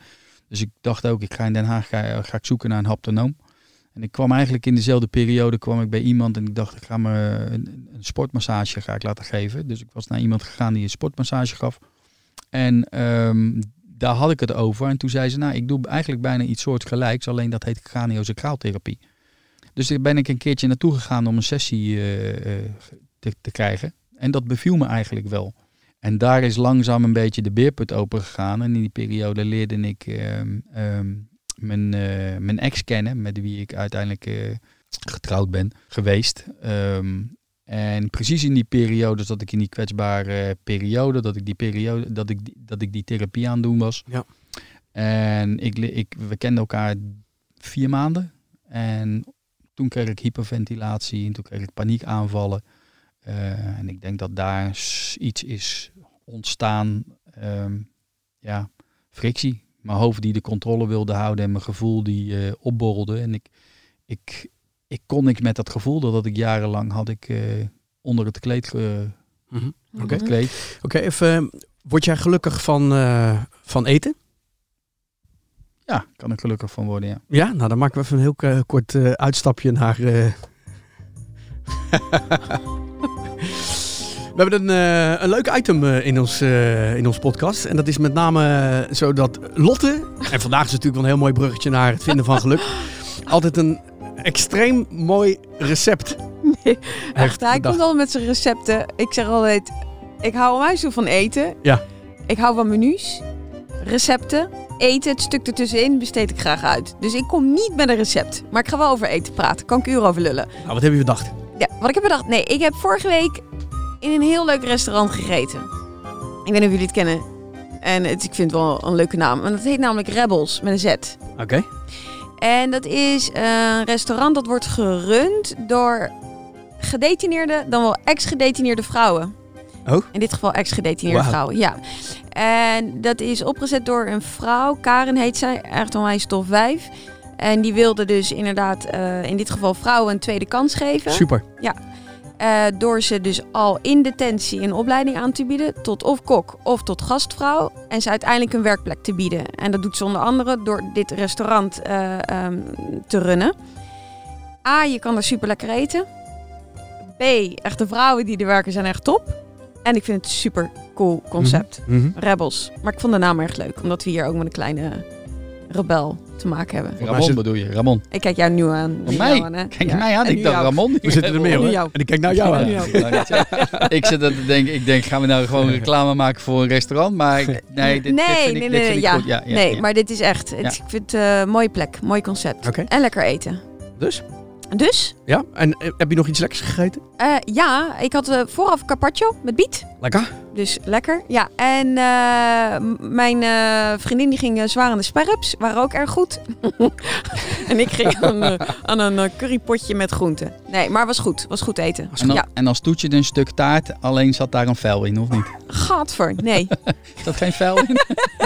Dus ik dacht ook, ik ga in Den Haag ga, ga ik zoeken naar een haptonoom. En ik kwam eigenlijk in dezelfde periode kwam ik bij iemand en ik dacht, ik ga me een, een sportmassage ga ik laten geven. Dus ik was naar iemand gegaan die een sportmassage gaf. En um, daar had ik het over. En toen zei ze, nou, ik doe eigenlijk bijna iets soortgelijks, alleen dat heet craniosacraaltherapie. Dus daar ben ik een keertje naartoe gegaan om een sessie uh, te, te krijgen. En dat beviel me eigenlijk wel. En daar is langzaam een beetje de beerput open gegaan. En in die periode leerde ik um, um, mijn, uh, mijn ex kennen, met wie ik uiteindelijk uh, getrouwd ben geweest. Um, en precies in die periode, dat ik in die kwetsbare periode, dat ik die periode, dat ik, dat ik die therapie aan het doen was. Ja. En ik, ik, we kenden elkaar vier maanden. En toen kreeg ik hyperventilatie en toen kreeg ik paniekaanvallen. Uh, en ik denk dat daar iets is ontstaan. Um, ja, frictie. Mijn hoofd die de controle wilde houden en mijn gevoel die uh, opborrelde. En ik, ik, ik kon niks met dat gevoel. Dat ik jarenlang had ik uh, onder het kleed. Uh, mm-hmm. Oké, okay. kleed. Okay, even. Word jij gelukkig van, uh, van eten? Ja, kan ik gelukkig van worden, ja. Ja, nou dan maken we even een heel uh, kort uh, uitstapje naar... Uh... we hebben een, uh, een leuk item uh, in, ons, uh, in ons podcast. En dat is met name uh, zo dat Lotte... En vandaag is natuurlijk wel een heel mooi bruggetje naar het vinden van geluk. Altijd een extreem mooi recept. Nee, echt, hij komt al met zijn recepten. Ik zeg altijd, ik hou onwijs veel van eten. Ja. Ik hou van menus, recepten. Eten, het stuk ertussenin, besteed ik graag uit. Dus ik kom niet met een recept. Maar ik ga wel over eten praten. Kan ik uren over lullen. Nou, wat heb je bedacht? Ja, wat ik heb bedacht? Nee, ik heb vorige week in een heel leuk restaurant gegeten. Ik weet niet of jullie het kennen. En het, ik vind het wel een leuke naam. En dat heet namelijk Rebels, met een Z. Oké. Okay. En dat is een restaurant dat wordt gerund door gedetineerde, dan wel ex-gedetineerde vrouwen. Oh? In dit geval ex-gedetineerde wow. vrouwen, ja. En dat is opgezet door een vrouw, Karen heet zij, echt onwijs tof wijf. En die wilde dus inderdaad uh, in dit geval vrouwen een tweede kans geven. Super. Ja. Uh, door ze dus al in detentie een opleiding aan te bieden, tot of kok of tot gastvrouw. En ze uiteindelijk een werkplek te bieden. En dat doet ze onder andere door dit restaurant uh, um, te runnen. A, je kan er super lekker eten. B, echt de vrouwen die er werken zijn echt top. En ik vind het super cool concept. Mm-hmm. Rebels. Maar ik vond de naam erg leuk. Omdat we hier ook met een kleine rebel te maken hebben. Ramon zit... bedoel je? Ramon. Ik kijk jou nu aan. Van mij? Aan, hè? Kijk ja. mij aan. En ik dacht jou. Ramon. We zitten er meer hoor. En ik kijk naar jou aan. Ja. ik zit er te denken, ik denk, gaan we nou gewoon reclame maken voor een restaurant? Maar nee, dit, nee, dit vind nee, ik, nee, dit vind ja. ik goed. Ja, ja, nee, ja. maar dit is echt. Het, ja. Ik vind het een uh, mooie plek. Mooi concept. Okay. En lekker eten. Dus? Dus? Ja, en uh, heb je nog iets lekkers gegeten? Uh, ja, ik had uh, vooraf carpaccio met biet. Lekker? Dus lekker, ja. En uh, mijn uh, vriendin die ging uh, zwaar aan de sperrips. Waren ook erg goed. En ik ging aan, uh, aan een uh, currypotje met groenten. Nee, maar was goed. Was goed eten. En, dan, ja. en als toetje een stuk taart, alleen zat daar een vel in, of niet? Gadver, nee. Is dat geen vel in?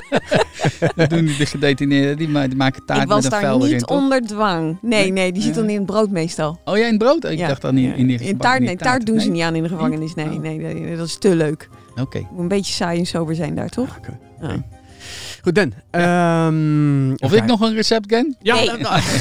Dat doen de gedetineerden, die maken taart met een vel erin. Ik was daar niet onder dwang. Nee, nee, nee die zit dan in het brood meestal. Oh ja, in het brood? Ik ja. dacht dan in, in die in taart, nee, taart doen nee? ze niet aan in de gevangenis. Nee, oh. nee, nee, dat is te leuk. Oké. Okay. Moet een beetje saai en sober zijn daar, toch? Ja, okay. Ja. Okay. Goed, Dan. Ja. Um, of ik nog een recept ken? Ja. Nee.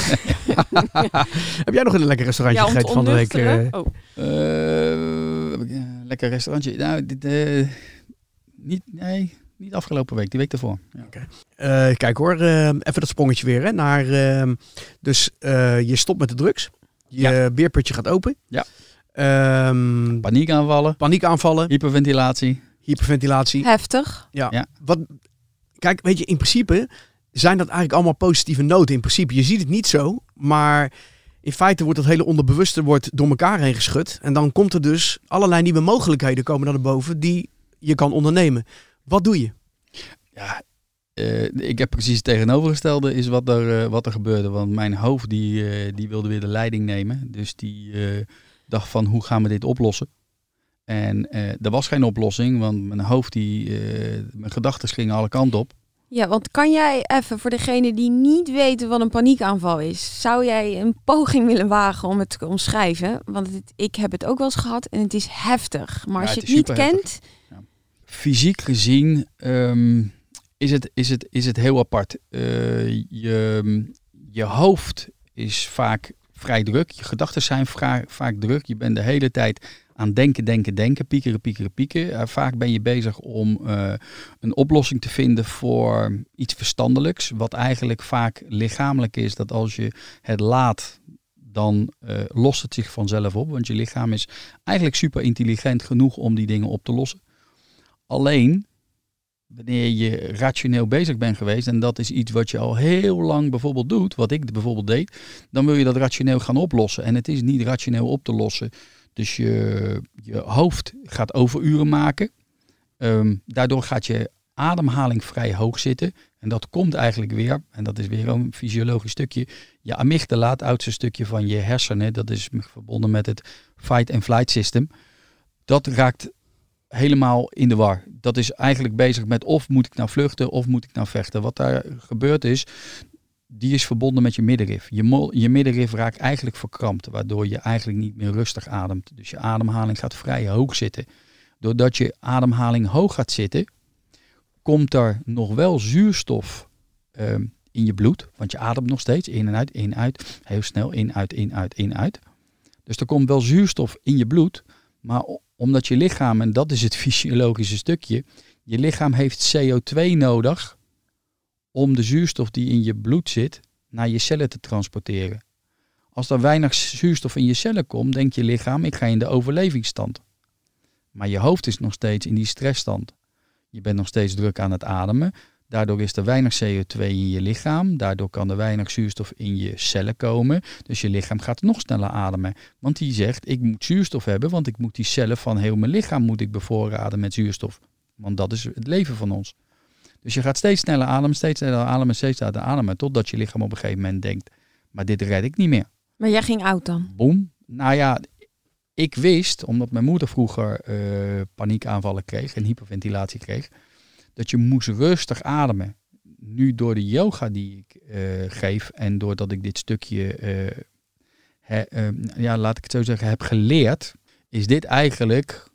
Heb jij nog een lekker restaurantje ja, gegeten van de week? Uh... Oh. Uh, lekker restaurantje. Nou, dit, uh, niet, nee, niet afgelopen week, die week ervoor. Ja. Okay. Uh, kijk hoor, uh, even dat sprongetje weer. Hè, naar, uh, dus uh, je stopt met de drugs. Je ja. beerputje gaat open. Ja. Um, Paniekaanvallen. Paniekaanvallen. Hyperventilatie. Hyperventilatie. Heftig. Ja. ja. Wat, kijk, weet je, in principe zijn dat eigenlijk allemaal positieve noten. In principe, je ziet het niet zo, maar in feite wordt dat hele onderbewuste wordt door elkaar heen geschud. En dan komt er dus allerlei nieuwe mogelijkheden komen naar boven die je kan ondernemen. Wat doe je? Ja, uh, ik heb precies het tegenovergestelde is wat er, uh, wat er gebeurde. Want mijn hoofd die, uh, die wilde weer de leiding nemen. Dus die uh, dacht van hoe gaan we dit oplossen? En uh, er was geen oplossing, want mijn hoofd, die, uh, mijn gedachten gingen alle kanten op. Ja, want kan jij even voor degene die niet weten wat een paniekaanval is, zou jij een poging willen wagen om het te omschrijven? Want het, ik heb het ook wel eens gehad en het is heftig. Maar als ja, je het, het niet kent... Ja. Fysiek gezien um, is het, is het, is het heel apart. Uh, je, je hoofd is vaak vrij druk. Je gedachten zijn vra- vaak druk. Je bent de hele tijd aan denken, denken, denken. Piekeren, piekeren, piekeren. Uh, vaak ben je bezig om uh, een oplossing te vinden voor iets verstandelijks. Wat eigenlijk vaak lichamelijk is. Dat als je het laat, dan uh, lost het zich vanzelf op. Want je lichaam is eigenlijk super intelligent genoeg om die dingen op te lossen. Alleen, wanneer je rationeel bezig bent geweest, en dat is iets wat je al heel lang bijvoorbeeld doet, wat ik bijvoorbeeld deed, dan wil je dat rationeel gaan oplossen. En het is niet rationeel op te lossen. Dus je, je hoofd gaat overuren maken. Um, daardoor gaat je ademhaling vrij hoog zitten. En dat komt eigenlijk weer, en dat is weer een fysiologisch stukje, je amygdala, het oudste stukje van je hersenen, dat is verbonden met het fight and flight system. Dat raakt helemaal in de war. Dat is eigenlijk bezig met of moet ik nou vluchten of moet ik nou vechten. Wat daar gebeurt is, die is verbonden met je middenrif. Je, mo- je middenrif raakt eigenlijk verkrampt, waardoor je eigenlijk niet meer rustig ademt. Dus je ademhaling gaat vrij hoog zitten. Doordat je ademhaling hoog gaat zitten, komt er nog wel zuurstof um, in je bloed. Want je ademt nog steeds in en uit, in, uit. Heel snel, in, uit, in, uit, in, uit. Dus er komt wel zuurstof in je bloed. Maar omdat je lichaam, en dat is het fysiologische stukje, je lichaam heeft C O twee nodig om de zuurstof die in je bloed zit naar je cellen te transporteren. Als er weinig zuurstof in je cellen komt, denkt je lichaam, ik ga in de overlevingsstand. Maar je hoofd is nog steeds in die stressstand. Je bent nog steeds druk aan het ademen. Daardoor is er weinig C O twee in je lichaam. Daardoor kan er weinig zuurstof in je cellen komen. Dus je lichaam gaat nog sneller ademen. Want die zegt, ik moet zuurstof hebben, want ik moet die cellen van heel mijn lichaam moet ik bevoorraden met zuurstof. Want dat is het leven van ons. Dus je gaat steeds sneller ademen, steeds sneller ademen, steeds sneller ademen. Totdat je lichaam op een gegeven moment denkt, maar dit red ik niet meer. Maar jij ging oud dan? Boom. Nou ja, ik wist, omdat mijn moeder vroeger uh, paniekaanvallen kreeg en hyperventilatie kreeg, dat je moest rustig ademen. Nu door de yoga die ik uh, geef en doordat ik dit stukje, uh, he, uh, ja, laat ik het zo zeggen, heb geleerd, is dit eigenlijk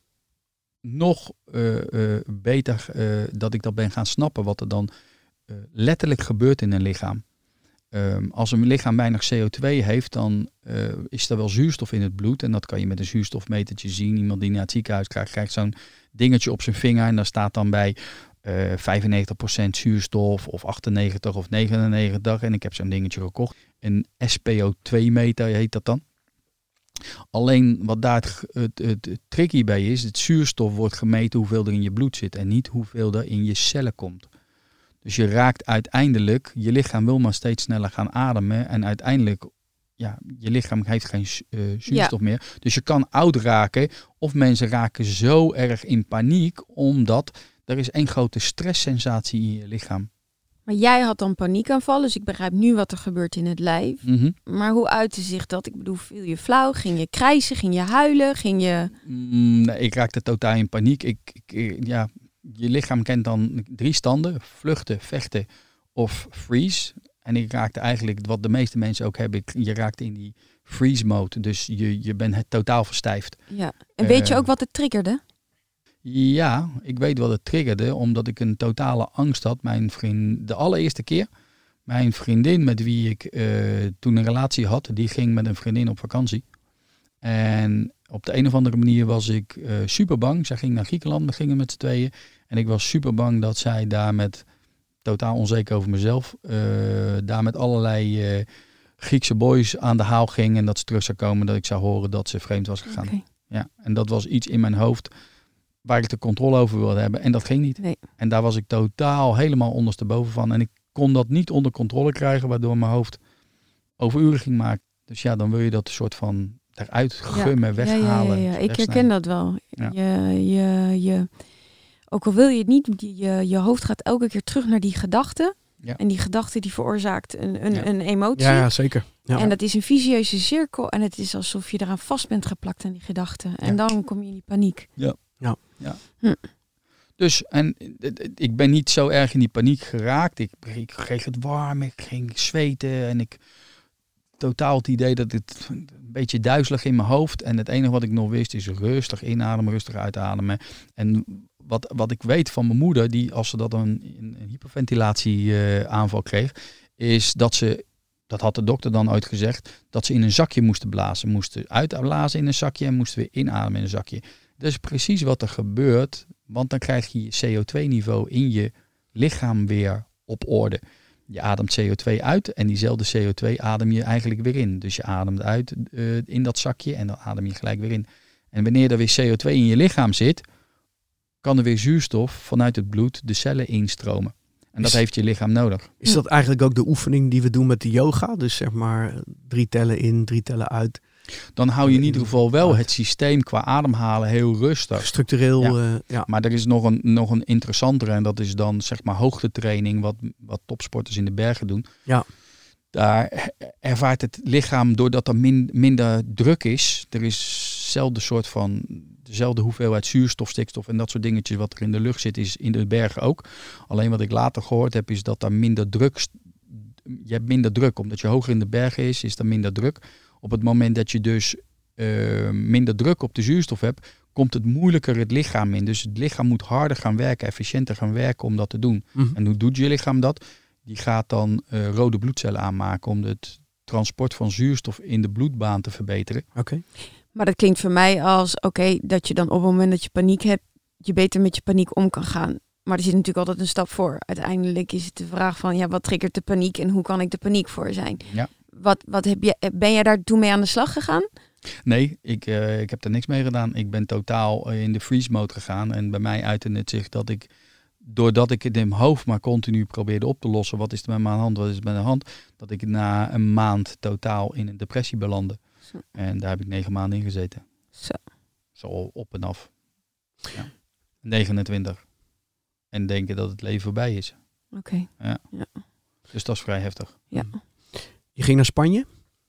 nog uh, uh, beter uh, dat ik dat ben gaan snappen wat er dan uh, letterlijk gebeurt in een lichaam. Um, als een lichaam weinig C O twee heeft, dan uh, is er wel zuurstof in het bloed. En dat kan je met een zuurstofmetertje zien. Iemand die naar het ziekenhuis krijgt, krijgt zo'n dingetje op zijn vinger. En daar staat dan bij uh, vijfennegentig procent zuurstof of achtennegentig of negenennegentig. En ik heb zo'n dingetje gekocht. Een S P O twee meter heet dat dan. Alleen wat daar het, het, het, het tricky bij is, het zuurstof wordt gemeten hoeveel er in je bloed zit. En niet hoeveel er in je cellen komt. Dus je raakt uiteindelijk, je lichaam wil maar steeds sneller gaan ademen. En uiteindelijk, ja, je lichaam heeft geen uh, zuurstof ja. meer. Dus je kan oud raken. Of mensen raken zo erg in paniek, omdat er is één grote stresssensatie in je lichaam. Maar jij had dan paniekaanvallen, dus ik begrijp nu wat er gebeurt in het lijf. Mm-hmm. Maar hoe uitte zich dat? Ik bedoel, viel je flauw? Ging je krijsen? Ging je huilen? Ging je... Mm, nee, ik raakte totaal in paniek. Ik, ik, ja... Je lichaam kent dan drie standen, vluchten, vechten of freeze. En ik raakte eigenlijk, wat de meeste mensen ook hebben, je raakte in die freeze mode. Dus je, je bent het totaal verstijfd. Ja. En weet uh, je ook wat het triggerde? Ja, ik weet wat het triggerde, omdat ik een totale angst had. Mijn vriend, de allereerste keer, mijn vriendin met wie ik uh, toen een relatie had, die ging met een vriendin op vakantie. En op de een of andere manier was ik uh, super bang. Zij ging naar Griekenland, we gingen met z'n tweeën. En ik was super bang dat zij daar met, totaal onzeker over mezelf, uh, daar met allerlei uh, Griekse boys aan de haal ging. En dat ze terug zou komen, dat ik zou horen dat ze vreemd was gegaan. Okay. Ja, en dat was iets in mijn hoofd waar ik de controle over wilde hebben. En dat ging niet. Nee. En daar was ik totaal helemaal ondersteboven van. En ik kon dat niet onder controle krijgen, waardoor mijn hoofd overuren ging maken. Dus ja, dan wil je dat soort van eruit gummen, ja, weghalen. Ja, ja, ja, ja. Ik herken dat wel. Ja. Je, je, je, ook al wil je het niet, je, je hoofd gaat elke keer terug naar die gedachte. Ja. En die gedachte die veroorzaakt een, een, ja. een emotie. Ja, zeker. Ja. En dat is een vicieuze cirkel. En het is alsof je eraan vast bent geplakt aan die gedachte. En ja. dan kom je in die paniek. Ja. ja. ja. Hm. Dus, en ik ben niet zo erg in die paniek geraakt. Ik, ik kreeg het warm, ik ging zweten en ik totaal het idee dat het een beetje duizelig in mijn hoofd. En het enige wat ik nog wist is rustig inademen, rustig uitademen. En wat, wat ik weet van mijn moeder, die als ze dat een, een hyperventilatie-aanval uh, kreeg, is dat ze, dat had de dokter dan ooit gezegd, dat ze in een zakje moesten blazen. Moesten uitblazen in een zakje en moesten weer inademen in een zakje. Dat is precies wat er gebeurt, want dan krijg je je C O twee niveau in je lichaam weer op orde. Je ademt C O twee uit en diezelfde C O twee adem je eigenlijk weer in. Dus je ademt uit uh, in dat zakje en dan adem je gelijk weer in. En wanneer er weer C O twee in je lichaam zit, kan er weer zuurstof vanuit het bloed de cellen instromen. En dat is, heeft je lichaam nodig. Is dat eigenlijk ook de oefening die we doen met de yoga? Dus zeg maar drie tellen in, drie tellen uit. Dan hou je in ieder geval wel het systeem qua ademhalen heel rustig. Structureel, ja. Uh, ja. Maar er is nog een, nog een interessantere en dat is dan zeg maar hoogtetraining, wat, wat topsporters in de bergen doen. Ja. Daar ervaart het lichaam, doordat er min, minder druk is, er is dezelfde soort van, dezelfde hoeveelheid zuurstof, stikstof en dat soort dingetjes wat er in de lucht zit, is in de bergen ook. Alleen wat ik later gehoord heb, is dat er minder druk, je hebt minder druk, omdat je hoger in de bergen is, is er minder druk. Op het moment dat je dus uh, minder druk op de zuurstof hebt, komt het moeilijker het lichaam in. Dus het lichaam moet harder gaan werken, efficiënter gaan werken om dat te doen. Mm-hmm. En hoe doet je lichaam dat? Die gaat dan uh, rode bloedcellen aanmaken om het transport van zuurstof in de bloedbaan te verbeteren. Oké. Okay. Maar dat klinkt voor mij als, oké, okay, dat je dan op het moment dat je paniek hebt, je beter met je paniek om kan gaan. Maar er zit natuurlijk altijd een stap voor. Uiteindelijk is het de vraag van, ja, wat triggert de paniek en hoe kan ik de paniek voor zijn? Ja. Wat, wat heb je, ben jij daar toen mee aan de slag gegaan? Nee, ik, uh, ik heb er niks mee gedaan. Ik ben totaal in de freeze mode gegaan. En bij mij uitte het zich dat ik, doordat ik het in mijn hoofd maar continu probeerde op te lossen, wat is er met mijn hand, wat is er met mijn hand, dat ik na een maand totaal in een depressie belandde. Zo. En daar heb ik negen maanden in gezeten. Zo. Zo op en af. Ja. negenentwintig. En denken dat het leven voorbij is. Oké. Okay. Ja. Ja. Dus dat is vrij heftig. Ja. Je ging naar Spanje?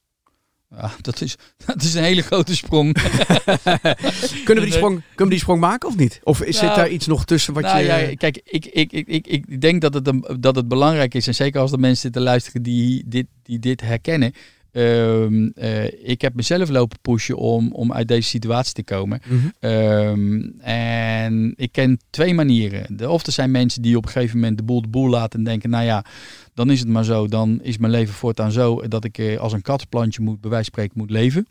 Ja, dat is, dat is een hele grote sprong. kunnen, we die sprong kunnen we die sprong maken of niet? Of is, nou, zit daar iets nog tussen wat nou, je... Ja, kijk, ik, ik, ik, ik, ik denk dat het, een, dat het belangrijk is. En zeker als de mensen zitten luisteren die dit, die dit herkennen. Um, uh, ik heb mezelf lopen pushen om, om uit deze situatie te komen. Mm-hmm. Um, en ik ken twee manieren. De, of er zijn mensen die op een gegeven moment de boel de boel laten en denken, nou ja, dan is het maar zo. Dan is mijn leven voortaan zo dat ik uh, als een kattenplantje moet, bij wijze van spreken, moet leven.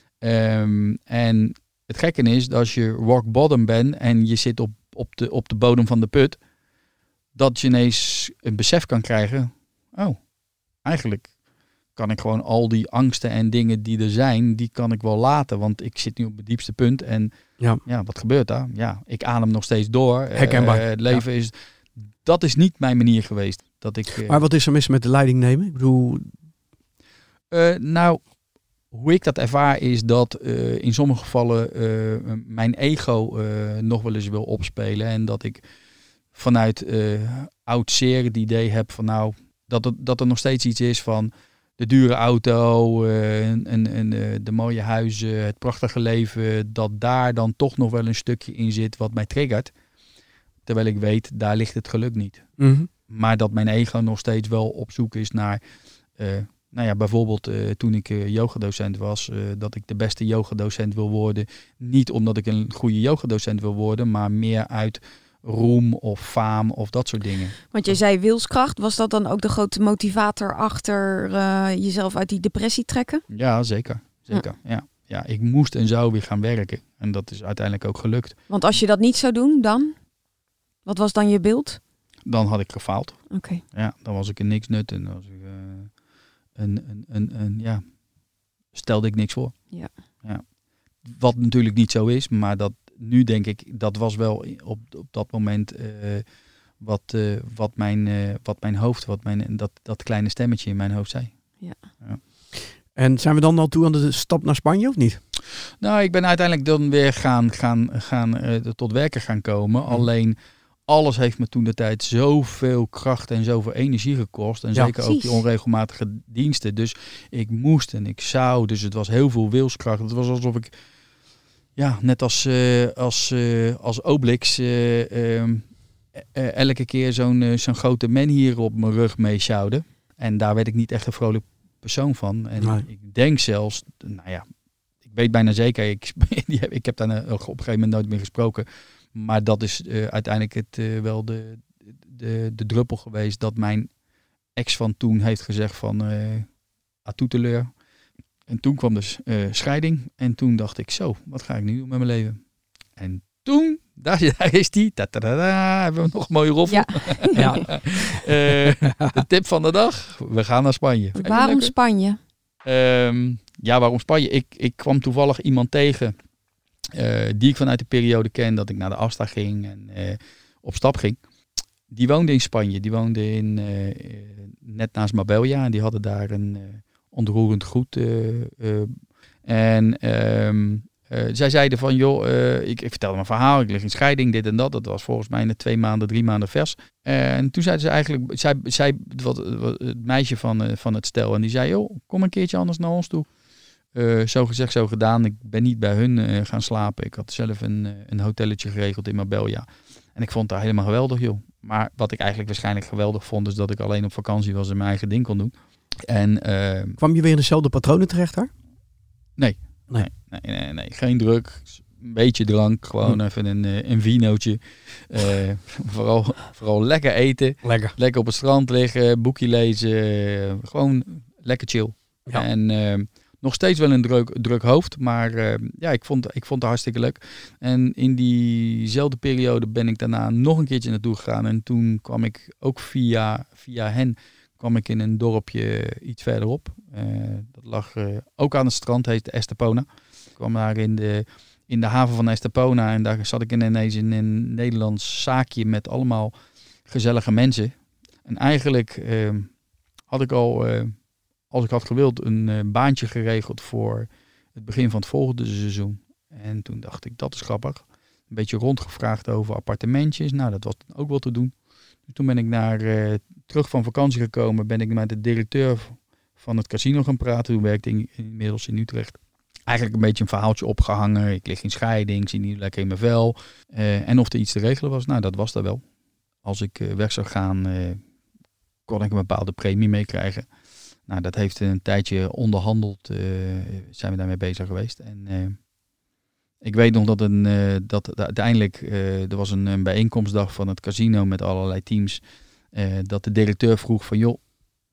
Um, en het gekke is dat als je rock bottom bent en je zit op, op, de, op de bodem van de put, dat je ineens een besef kan krijgen. Oh, eigenlijk kan ik gewoon al die angsten en dingen die er zijn, die kan ik wel laten. Want ik zit nu op het diepste punt. En ja, ja wat gebeurt daar? Ja, ik adem nog steeds door. Herkenbaar. Uh, het leven ja. is... Dat is niet mijn manier geweest. Dat ik, uh, maar wat is er mis met de leiding nemen? Ik bedoel... Uh, nou, hoe ik dat ervaar is dat uh, in sommige gevallen uh, mijn ego uh, nog wel eens wil opspelen. En dat ik vanuit uh, oud zeer het idee heb van nou, dat er, dat er nog steeds iets is van de dure auto, uh, en, en, uh, de mooie huizen, het prachtige leven, dat daar dan toch nog wel een stukje in zit wat mij triggert. Terwijl ik weet, daar ligt het geluk niet. Mm-hmm. Maar dat mijn ego nog steeds wel op zoek is naar, uh, nou ja, bijvoorbeeld uh, toen ik uh, yogadocent was, uh, dat ik de beste yogadocent wil worden. Niet omdat ik een goede yogadocent wil worden, maar meer uit roem of faam of dat soort dingen. Want je zei wilskracht, was dat dan ook de grote motivator achter uh, jezelf uit die depressie trekken? Ja, zeker. zeker. Ja. Ja. ja, ik moest en zou weer gaan werken. En dat is uiteindelijk ook gelukt. Want als je dat niet zou doen, dan? Wat was dan je beeld? Dan had ik gefaald. Oké. Okay. Ja, dan was ik een niks nut en dan was ik uh, een, een, een, een, ja, stelde ik niks voor. Ja. ja. Wat natuurlijk niet zo is, maar dat nu denk ik, dat was wel op, op dat moment uh, wat, uh, wat, mijn, uh, wat mijn hoofd, wat mijn, dat, dat kleine stemmetje in mijn hoofd zei. Ja. Ja. En zijn we dan al toe aan de stap naar Spanje of niet? Nou, ik ben uiteindelijk dan weer gaan, gaan, gaan uh, tot werken gaan komen. Mm. Alleen alles heeft me toen de tijd zoveel kracht en zoveel energie gekost. En ja, zeker precies. Ook die onregelmatige diensten. Dus ik moest en ik zou. Dus het was heel veel wilskracht. Het was alsof ik, ja, net als, uh, als, uh, als Obelix, uh, uh, uh, elke keer zo'n, uh, zo'n grote men hier op mijn rug mee sjouwde. En daar werd ik niet echt een vrolijk persoon van. En Nee. ik denk zelfs, nou ja, ik weet bijna zeker, ik, ik heb daar op een gegeven moment nooit meer gesproken. Maar dat is uh, uiteindelijk het, uh, wel de, de, de druppel geweest dat mijn ex van toen heeft gezegd van uh, à tout teleur. En toen kwam dus uh, scheiding. En toen dacht ik zo, wat ga ik nu doen met mijn leven? En toen, daar, daar is die. Ta-ta-ta-ta, hebben we nog een mooie roffel. Ja. Ja. uh, de tip van de dag. We gaan naar Spanje. Waarom Spanje? Um, ja, waarom Spanje? Ik, ik kwam toevallig iemand tegen uh, die ik vanuit de periode ken dat ik naar de Asta ging en uh, op stap ging. Die woonde in Spanje. Die woonde in, uh, uh, net naast Marbella. En die hadden daar een uh, ontroerend goed. Uh, uh, en um, uh, zij zeiden van, joh, uh, ik, ik vertelde mijn verhaal. Ik lig in scheiding, dit en dat. Dat was volgens mij in twee maanden, drie maanden vers. En toen zeiden ze eigenlijk, zij, zij wat, wat, het meisje van, uh, van het stel. En die zei, joh, kom een keertje anders naar ons toe. Uh, zo gezegd, zo gedaan. Ik ben niet bij hun uh, gaan slapen. Ik had zelf een, uh, een hotelletje geregeld in Marbella. En ik vond het daar helemaal geweldig, joh. Maar wat ik eigenlijk waarschijnlijk geweldig vond, is dat ik alleen op vakantie was en mijn eigen ding kon doen. En, uh, Kwam je weer in dezelfde patronen terecht daar? Nee. Nee. Nee, nee, nee, nee. Geen druk. Een beetje drank. Gewoon hm. even een, een vinootje. Uh, vooral, vooral lekker eten. Lekker. Lekker op het strand liggen. Boekje lezen. Uh, gewoon lekker chill. Ja. En uh, nog steeds wel een druk, druk hoofd. Maar uh, ja, ik vond, ik vond het hartstikke leuk. En in diezelfde periode ben ik daarna nog een keertje naartoe gegaan. En toen kwam ik ook via, via hen... kwam ik in een dorpje iets verderop. Uh, dat lag uh, ook aan het strand, heet Estepona. Ik kwam daar in de, in de haven van Estepona en daar zat ik ineens in een Nederlands zaakje met allemaal gezellige mensen. En eigenlijk uh, had ik al, uh, als ik had gewild, een uh, baantje geregeld voor het begin van het volgende seizoen. En toen dacht ik, dat is grappig. Een beetje rondgevraagd over appartementjes. Nou, dat was ook wel te doen. Toen ben ik naar, uh, terug van vakantie gekomen, ben ik met de directeur van het casino gaan praten. Toen werkte ik inmiddels in Utrecht. Eigenlijk een beetje een verhaaltje opgehangen. Ik lig in scheiding, zie niet lekker in mijn vel. Uh, en of er iets te regelen was, nou dat was er wel. Als ik uh, weg zou gaan, uh, kon ik een bepaalde premie meekrijgen. Nou, dat heeft een tijdje onderhandeld, uh, zijn we daarmee bezig geweest. En uh, ik weet nog dat, een, uh, dat uiteindelijk, uh, er was een, een bijeenkomstdag van het casino met allerlei teams. Uh, dat de directeur vroeg van, joh,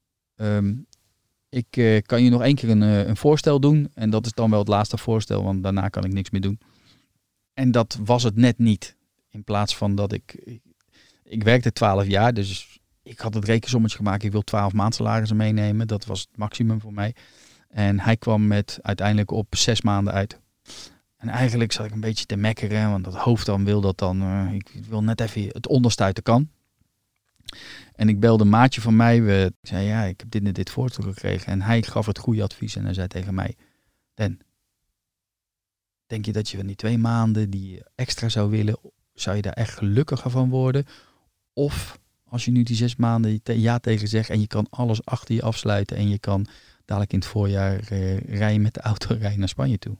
um, ik uh, kan je nog één keer een, uh, een voorstel doen. En dat is dan wel het laatste voorstel, want daarna kan ik niks meer doen. En dat was het net niet. In plaats van dat ik, ik, ik werkte twaalf jaar, dus ik had het rekensommetje gemaakt. Ik wil twaalf maandsalarissen meenemen, dat was het maximum voor mij. En hij kwam met uiteindelijk op zes maanden uit. En eigenlijk zat ik een beetje te mekkeren, want dat hoofd dan wil dat dan, uh, ik wil net even het onderste uit de kan. En ik belde een maatje van mij, we, ik zei ja, ik heb dit en dit voorstel gekregen. En hij gaf het goede advies en hij zei tegen mij, Den, denk je dat je van die twee maanden die je extra zou willen, zou je daar echt gelukkiger van worden? Of als je nu die zes maanden ja tegen zegt en je kan alles achter je afsluiten en je kan dadelijk in het voorjaar uh, rijden met de auto rijden naar Spanje toe.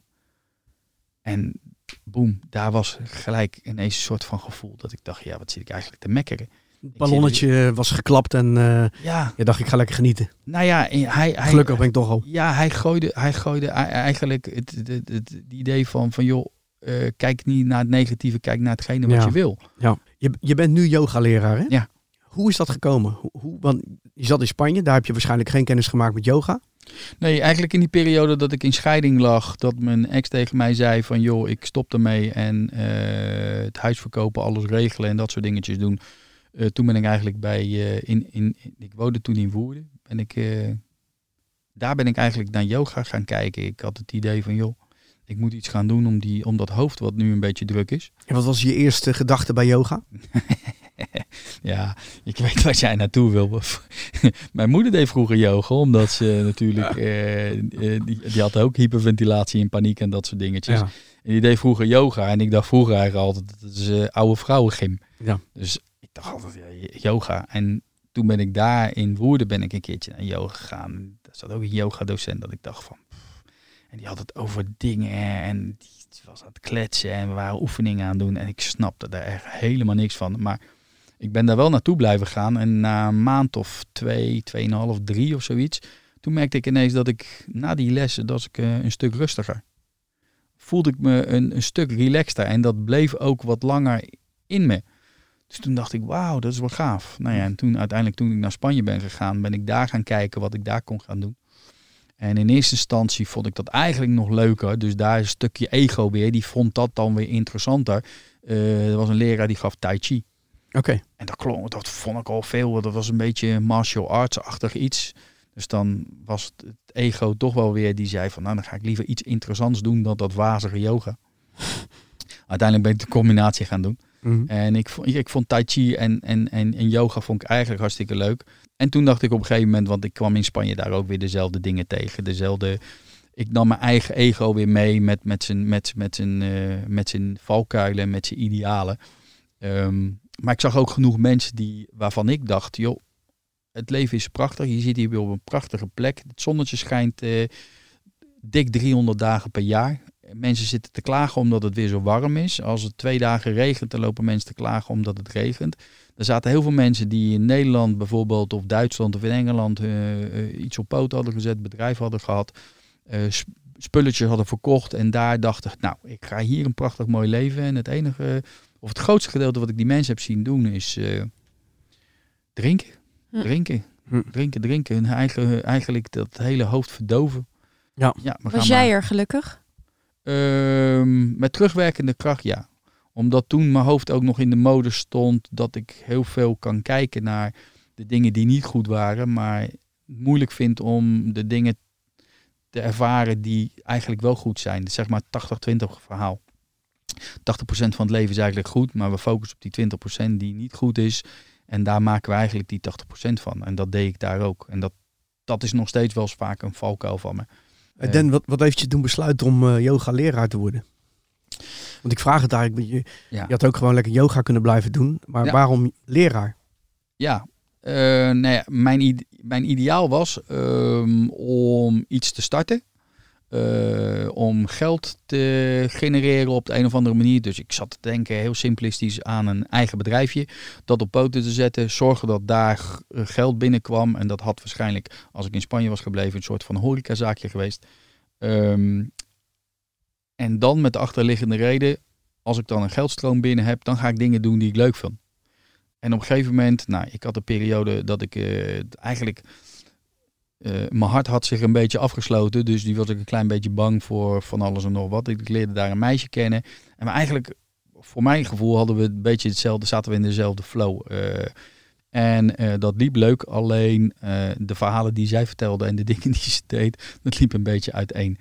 En boem, daar was gelijk ineens een soort van gevoel dat ik dacht, ja, wat zit ik eigenlijk te mekkeren. Het ballonnetje was geklapt en uh, ja. je dacht, ik ga lekker genieten. Nou ja, hij, hij, gelukkig ben ik toch al. Ja, hij gooide, hij gooide eigenlijk het, het, het, het idee van, van joh, uh, kijk niet naar het negatieve, kijk naar hetgene wat ja. je wil. Ja. Je, je bent nu yogaleraar, hè? Ja. Hoe is dat gekomen? Hoe, hoe, want je zat in Spanje, daar heb je waarschijnlijk geen kennis gemaakt met yoga. Nee, eigenlijk in die periode dat ik in scheiding lag, dat mijn ex tegen mij zei van joh, ik stop ermee en uh, het huis verkopen, alles regelen en dat soort dingetjes doen. Uh, toen ben ik eigenlijk bij, uh, in, in, ik woonde toen in Woerden, ben ik, uh, daar ben ik eigenlijk naar yoga gaan kijken. Ik had het idee van joh, ik moet iets gaan doen om, die, om dat hoofd wat nu een beetje druk is. En wat was je eerste gedachte bij yoga? Ja, ik weet waar jij naartoe wil. Mijn moeder deed vroeger yoga, omdat ze natuurlijk, uh, uh, die, die had ook hyperventilatie en paniek en dat soort dingetjes. Ja. En die deed vroeger yoga en ik dacht vroeger eigenlijk altijd, dat is uh, oude vrouwengym. Ja. Dus ik dacht altijd, ja, yoga. En toen ben ik daar in Woerden ben ik een keertje naar yoga gegaan. Daar zat ook een yoga docent dat ik dacht van, pff, en die had het over dingen en die was aan het kletsen en we waren oefeningen aan het doen en ik snapte daar echt helemaal niks van. Maar ik ben daar wel naartoe blijven gaan en na een maand of twee, tweeënhalf, drie of zoiets, Toen merkte ik ineens dat ik na die lessen, dat ik uh, een stuk rustiger. Voelde ik me een, een stuk relaxter. En dat bleef ook wat langer in me. Dus toen dacht ik, wauw, dat is wel gaaf. Nou ja, en toen uiteindelijk toen ik naar Spanje ben gegaan, ben ik daar gaan kijken wat ik daar kon gaan doen. En in eerste instantie vond ik dat eigenlijk nog leuker. Dus daar een stukje ego weer, die vond dat dan weer interessanter. Uh, er was een leraar die gaf Tai Chi. Oké. Okay. En dat klonk, dat vond ik al veel. Dat was een beetje martial arts-achtig iets. Dus dan was het, het ego toch wel weer die zei van, nou dan ga ik liever iets interessants doen dan dat wazige yoga. Uiteindelijk ben ik de combinatie gaan doen. Mm-hmm. En ik vond, ik vond Tai Chi en, en, en, en yoga vond ik eigenlijk hartstikke leuk. En toen dacht ik op een gegeven moment, want ik kwam in Spanje daar ook weer dezelfde dingen tegen. Dezelfde, ik nam mijn eigen ego weer mee met, met, zijn, met, met, zijn, uh, met zijn valkuilen en met zijn idealen. Um, maar ik zag ook genoeg mensen die, waarvan ik dacht, joh, het leven is prachtig. Je zit hier weer op een prachtige plek. Het zonnetje schijnt uh, dik driehonderd dagen per jaar. Mensen zitten te klagen omdat het weer zo warm is. Als het twee dagen regent, dan lopen mensen te klagen omdat het regent. Er zaten heel veel mensen die in Nederland bijvoorbeeld, of Duitsland of in Engeland uh, uh, iets op poot hadden gezet, bedrijf hadden gehad, uh, spulletjes hadden verkocht en daar dachten, nou, ik ga hier een prachtig mooi leven. En het enige, of het grootste gedeelte wat ik die mensen heb zien doen is uh, drinken, hm. drinken, hm. drinken, drinken. En eigen, eigenlijk dat hele hoofd verdoven. Ja. Ja, we Was jij maar... er gelukkig? Uh, met terugwerkende kracht, ja. Omdat toen mijn hoofd ook nog in de mode stond dat ik heel veel kan kijken naar de dingen die niet goed waren, maar moeilijk vind om de dingen te ervaren die eigenlijk wel goed zijn. Dus zeg maar tachtig twintig verhaal. tachtig procent van het leven is eigenlijk goed, maar we focussen op die twintig procent die niet goed is. En daar maken we eigenlijk die tachtig procent van. En dat deed ik daar ook. En dat, dat is nog steeds wel eens vaak een valkuil van me. Uh, Den, wat, wat heeft je toen besluiten om uh, yoga-leraar te worden? Want ik vraag het eigenlijk, je, ja. je had ook gewoon lekker yoga kunnen blijven doen. Maar ja. waarom leraar? Ja, uh, nou ja mijn, ide- mijn ideaal was um, om iets te starten. Uh, om geld te genereren op de een of andere manier. Dus ik zat te denken heel simplistisch aan een eigen bedrijfje. Dat op poten te zetten. Zorgen dat daar g- geld binnenkwam. En dat had waarschijnlijk, als ik in Spanje was gebleven, een soort van horecazaakje geweest. Um, en dan met de achterliggende reden, als ik dan een geldstroom binnen heb, dan ga ik dingen doen die ik leuk vind. En op een gegeven moment, nou, ik had een periode dat ik uh, eigenlijk... Uh, mijn hart had zich een beetje afgesloten, dus die was ik een klein beetje bang voor van alles en nog wat. Ik leerde daar een meisje kennen. En maar eigenlijk, voor mijn gevoel, hadden we een beetje hetzelfde, zaten we in dezelfde flow. Uh, en uh, dat liep leuk, alleen uh, de verhalen die zij vertelde en de dingen die ze deed, dat liep een beetje uiteen.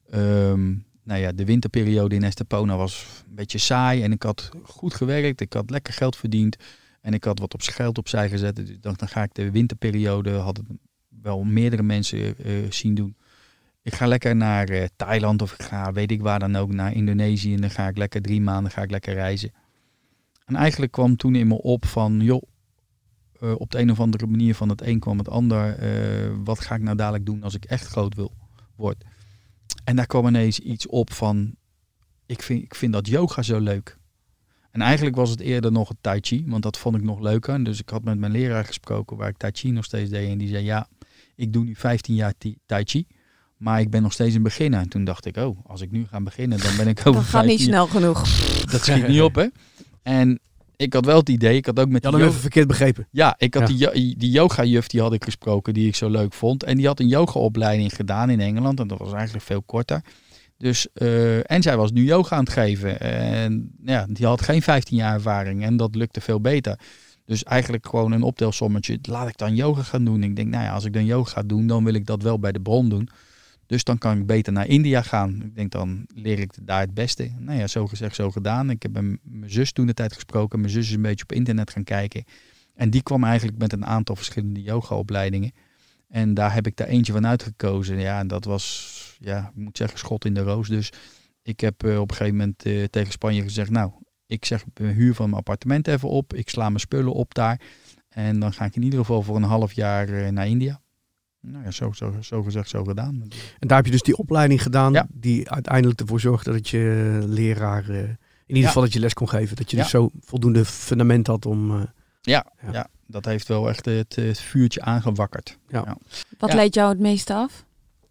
Um, nou ja, de winterperiode in Estepona was een beetje saai en ik had goed gewerkt, ik had lekker geld verdiend en ik had wat op geld opzij gezet. Dus ik dacht, dan ga ik de winterperiode, had het wel meerdere mensen uh, zien doen. Ik ga lekker naar uh, Thailand of ik ga, weet ik waar dan ook, naar Indonesië. En dan ga ik lekker drie maanden ga ik lekker reizen. En eigenlijk kwam toen in me op van, joh, uh, op de een of andere manier van het een kwam het ander. Uh, wat ga ik nou dadelijk doen als ik echt groot wil worden? En daar kwam ineens iets op van, ik vind, ik vind dat yoga zo leuk. En eigenlijk was het eerder nog het Tai Chi, want dat vond ik nog leuker. Dus ik had met mijn leraar gesproken waar ik Tai Chi nog steeds deed. En die zei, ja, ik doe nu vijftien jaar Tai Chi, maar ik ben nog steeds een beginner. En toen dacht ik, oh, als ik nu ga beginnen, dan ben ik over dat gaat niet snel genoeg. Dat schiet niet op, hè. En ik had wel het idee, ik had ook met je had hem even verkeerd begrepen. Ja, ik had ja. die, die yoga-juf, die had ik gesproken, die ik zo leuk vond. En die had een yoga-opleiding gedaan in Engeland. En dat was eigenlijk veel korter. Dus, uh, en zij was nu yoga aan het geven. En ja, die had geen vijftien jaar ervaring. En dat lukte veel beter. Dus eigenlijk gewoon een optelsommetje. Laat ik dan yoga gaan doen. Ik denk, nou ja, als ik dan yoga ga doen, dan wil ik dat wel bij de bron doen. Dus dan kan ik beter naar India gaan. Ik denk, dan leer ik daar het beste. Nou ja, zo gezegd, zo gedaan. Ik heb met mijn zus toen de tijd gesproken. Mijn zus is een beetje op internet gaan kijken. En die kwam eigenlijk met een aantal verschillende yogaopleidingen. En daar heb ik daar eentje van uitgekozen. Ja, en dat was, ja, ik moet zeggen, schot in de roos. Dus ik heb uh, op een gegeven moment uh, tegen Spanje gezegd, nou, ik zeg uh, huur van mijn appartement even op. Ik sla mijn spullen op daar. En dan ga ik in ieder geval voor een half jaar uh, naar India. Nou ja, zo, zo, zo gezegd, zo gedaan. En daar heb je dus die opleiding gedaan, ja, die uiteindelijk ervoor zorgde dat je leraar, uh, in ieder ja. geval dat je les kon geven. Dat je ja. dus zo voldoende fundament had om... Uh, Ja, Ja. ja. dat heeft wel echt het, het vuurtje aangewakkerd. Ja. Ja. Wat Ja. leidt jou het meeste af?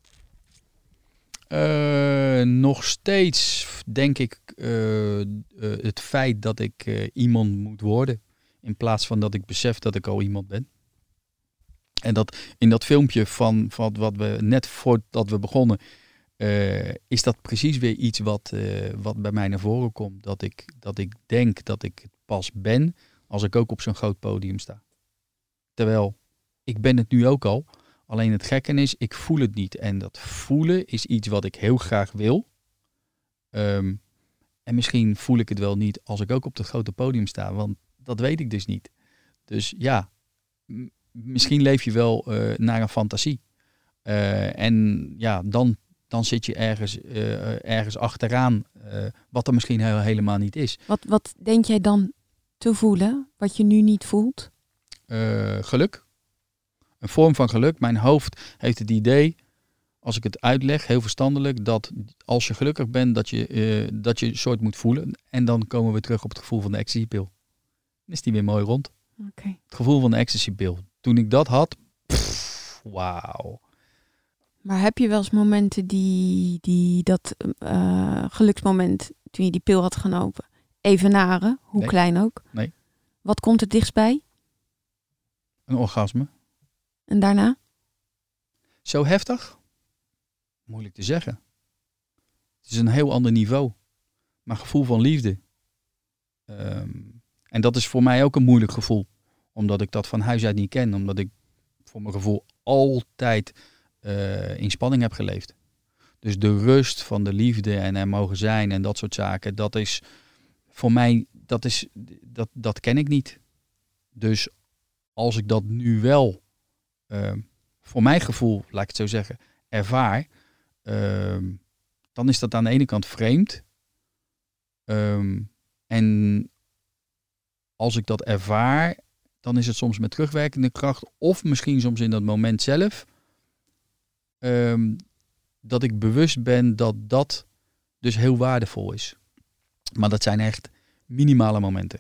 Uh, nog steeds denk ik uh, uh, het feit dat ik uh, iemand moet worden. In plaats van dat ik besef dat ik al iemand ben. En dat in dat filmpje van, van wat we net voordat we begonnen, uh, is dat precies weer iets wat, uh, wat bij mij naar voren komt. Dat ik, dat ik denk dat ik het pas ben als ik ook op zo'n groot podium sta. Terwijl, ik ben het nu ook al. Alleen het gekke is, ik voel het niet. En dat voelen is iets wat ik heel graag wil. Um, en misschien voel ik het wel niet als ik ook op het grote podium sta. Want dat weet ik dus niet. Dus ja, m- misschien leef je wel uh, naar een fantasie. Uh, en ja, dan, dan zit je ergens, uh, ergens achteraan. Uh, wat er misschien heel, helemaal niet is. Wat, wat denk jij dan te voelen, wat je nu niet voelt? Uh, geluk. Een vorm van geluk. Mijn hoofd heeft het idee, als ik het uitleg, heel verstandelijk, dat als je gelukkig bent, dat je, uh, dat je een soort moet voelen. En dan komen we terug op het gevoel van de ecstasypil. Dan is die weer mooi rond. Okay. Het gevoel van de ecstasypil. Toen ik dat had, pff, wauw. Maar heb je wel eens momenten die, die dat uh, geluksmoment, toen je die pil had genomen, evenaren, hoe nee. klein ook? Nee. Wat komt het dichtstbij? Een orgasme. En daarna? Zo heftig? Moeilijk te zeggen. Het is een heel ander niveau. Maar gevoel van liefde. Um, en dat is voor mij ook een moeilijk gevoel. Omdat ik dat van huis uit niet ken. Omdat ik voor mijn gevoel altijd uh, in spanning heb geleefd. Dus de rust van de liefde en er mogen zijn en dat soort zaken. Dat is voor mij, dat, is, dat, dat ken ik niet. Dus als ik dat nu wel... Uh, voor mijn gevoel, laat ik het zo zeggen, ervaar, uh, dan is dat aan de ene kant vreemd. Um, en als ik dat ervaar, dan is het soms met terugwerkende kracht, of misschien soms in dat moment zelf, um, dat ik bewust ben dat dat dus heel waardevol is. Maar dat zijn echt minimale momenten.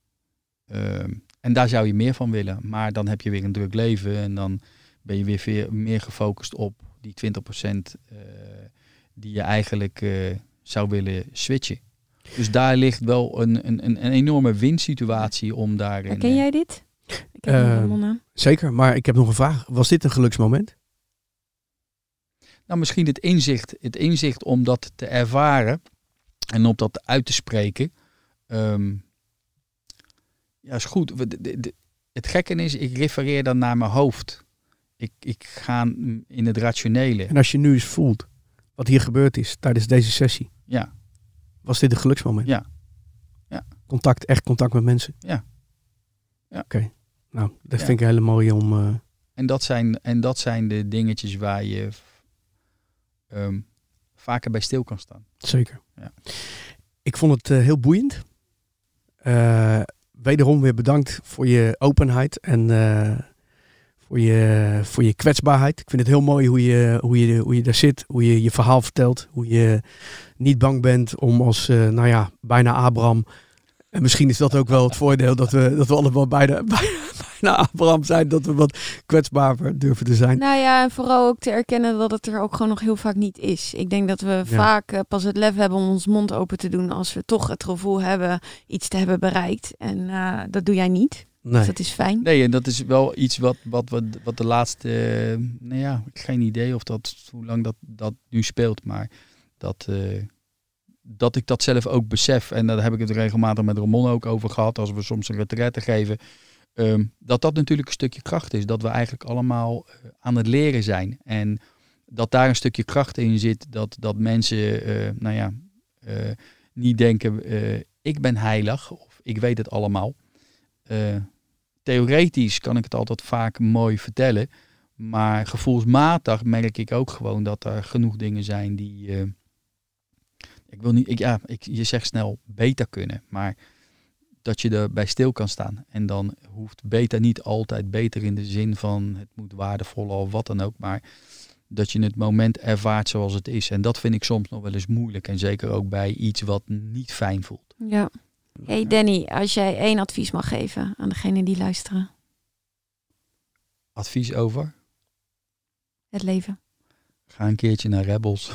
Um, en daar zou je meer van willen. Maar dan heb je weer een druk leven en dan ben je weer veel meer gefocust op die twintig procent uh, die je eigenlijk uh, zou willen switchen. Dus daar ligt wel een, een, een enorme winsituatie om daarin... Ken jij dit? Ik heb uh, zeker, maar ik heb nog een vraag. Was dit een geluksmoment? Nou, misschien het inzicht, het inzicht om dat te ervaren en om dat uit te spreken. Um, ja, is goed. De, de, de, het gekke is, ik refereer dan naar mijn hoofd. Ik, ik ga in het rationele. En als je nu eens voelt wat hier gebeurd is tijdens deze sessie. Ja. Was dit een geluksmoment? Ja. Ja. Contact, echt contact met mensen? Ja. Ja. Oké. Okay. Nou, dat ja. vind ik heel mooi om... Uh... En, dat zijn, en dat zijn de dingetjes waar je um, vaker bij stil kan staan. Zeker. Ja. Ik vond het uh, heel boeiend. Uh, wederom weer bedankt voor je openheid en... Uh, Voor je, voor je kwetsbaarheid. Ik vind het heel mooi hoe je, hoe, je, hoe je daar zit. Hoe je je verhaal vertelt. Hoe je niet bang bent om als, uh, nou ja, bijna Abraham. En misschien is dat ook wel het voordeel dat we, dat we allemaal bijna, bijna, bijna Abraham zijn. Dat we wat kwetsbaarder durven te zijn. Nou ja, en vooral ook te erkennen dat het er ook gewoon nog heel vaak niet is. Ik denk dat we ja. vaak uh, pas het lef hebben om ons mond open te doen als we toch het gevoel hebben iets te hebben bereikt. En uh, dat doe jij niet. Nee. Dus dat is fijn. Nee, en dat is wel iets wat, wat, wat, wat de laatste... Uh, nou ja, geen idee of dat, hoe lang dat, dat nu speelt. Maar dat, uh, dat ik dat zelf ook besef. En daar heb ik het regelmatig met Ramon ook over gehad. Als we soms een retraite geven. Um, dat dat natuurlijk een stukje kracht is. Dat we eigenlijk allemaal uh, aan het leren zijn. En dat daar een stukje kracht in zit. Dat, dat mensen, uh, nou ja, uh, niet denken... Uh, ik ben heilig. Of ik weet het allemaal. Uh, theoretisch kan ik het altijd vaak mooi vertellen. Maar gevoelsmatig merk ik ook gewoon dat er genoeg dingen zijn die... Uh, ik wil niet... Ik, ja, ik, je zegt snel beter kunnen. Maar dat je erbij stil kan staan. En dan hoeft beter niet altijd beter in de zin van... het moet waardevoller of wat dan ook. Maar dat je het moment ervaart zoals het is. En dat vind ik soms nog wel eens moeilijk. En zeker ook bij iets wat niet fijn voelt. Ja. Hey Danny, als jij één advies mag geven aan degenen die luisteren. Advies over? Het leven. Ga een keertje naar Rebels.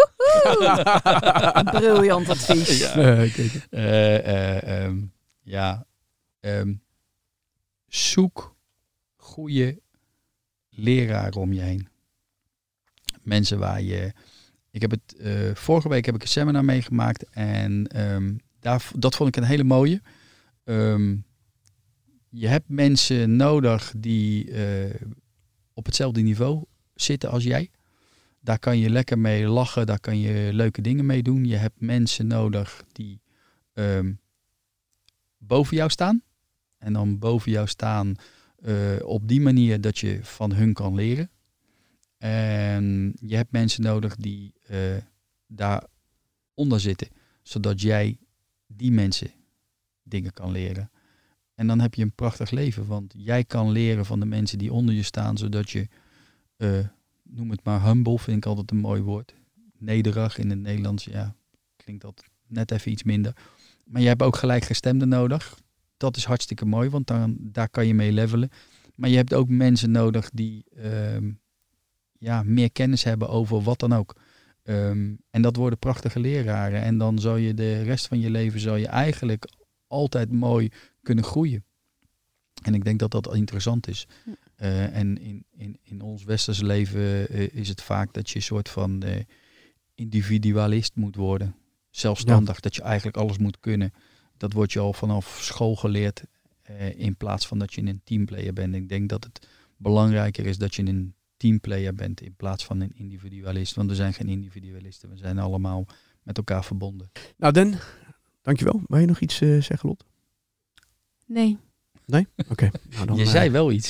Briljant advies. Ja. Uh, kijk. Uh, uh, um, ja. Um, zoek goede leraren om je heen. Mensen waar je... Ik heb het... Uh, vorige week heb ik een seminar meegemaakt. En um, daar, dat vond ik een hele mooie. Um, je hebt mensen nodig die uh, op hetzelfde niveau zitten als jij. Daar kan je lekker mee lachen. Daar kan je leuke dingen mee doen. Je hebt mensen nodig die um, boven jou staan. En dan boven jou staan uh, op die manier dat je van hun kan leren. En je hebt mensen nodig die uh, daaronder zitten. Zodat jij die mensen dingen kan leren. En dan heb je een prachtig leven. Want jij kan leren van de mensen die onder je staan. Zodat je, uh, noem het maar humble, vind ik altijd een mooi woord. Nederig in het Nederlands, ja, klinkt dat net even iets minder. Maar je hebt ook gelijkgestemden nodig. Dat is hartstikke mooi, want dan, daar kan je mee levelen. Maar je hebt ook mensen nodig die uh, ja, meer kennis hebben over wat dan ook. Um, en dat worden prachtige leraren. En dan zal je de rest van je leven zal je eigenlijk altijd mooi kunnen groeien. En ik denk dat dat interessant is. Uh, en in, in, in ons westerse leven uh, is het vaak dat je een soort van uh, individualist moet worden. Zelfstandig, ja. Dat je eigenlijk alles moet kunnen. Dat wordt je al vanaf school geleerd. Uh, in plaats van dat je een teamplayer bent. Ik denk dat het belangrijker is dat je een teamplayer bent in plaats van een individualist. Want we zijn geen individualisten. We zijn allemaal met elkaar verbonden. Nou Dan, dankjewel. Wil je nog iets uh, zeggen, Lot? Nee. Nee? Oké. Okay. Nou, dan, je uh... zei wel iets.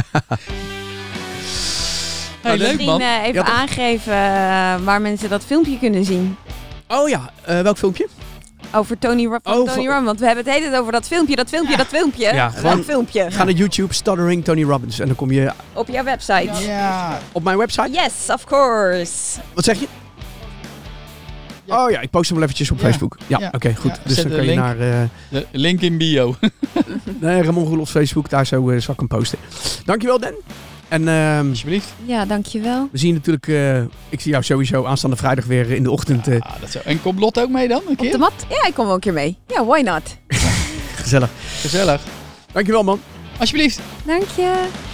Hey, leuk man. Uh, even ja, aangeven uh, waar mensen dat filmpje kunnen zien. Oh ja, uh, welk filmpje? Over Tony, Ro- oh, Tony Robbins. Want we hebben het hele tijd over dat filmpje, dat filmpje, ja. dat filmpje. Ja, gewoon filmpje. Ga naar YouTube, Stuttering Tony Robbins. En dan kom je... Op jouw website. Ja. Op mijn website? Yes, of course. Wat zeg je? Ja. Oh ja, ik post hem wel eventjes op ja. Facebook. Ja, ja. oké, okay, goed. Ja, dus dan kan je naar... Uh... De link in bio. Nee, Ramon Roelofs Facebook, daar zo uh, zal ik hem posten. Dankjewel, Dan. En, uh, alsjeblieft. Ja, dankjewel. We zien natuurlijk, uh, ik zie jou sowieso aanstaande vrijdag weer in de ochtend. Uh. Ja, dat zo. En komt Lot ook mee dan, een keer? Op de mat? Ja, ik kom wel een keer mee. Ja, why not? Gezellig. Gezellig. Dankjewel, man. Alsjeblieft. Dank je.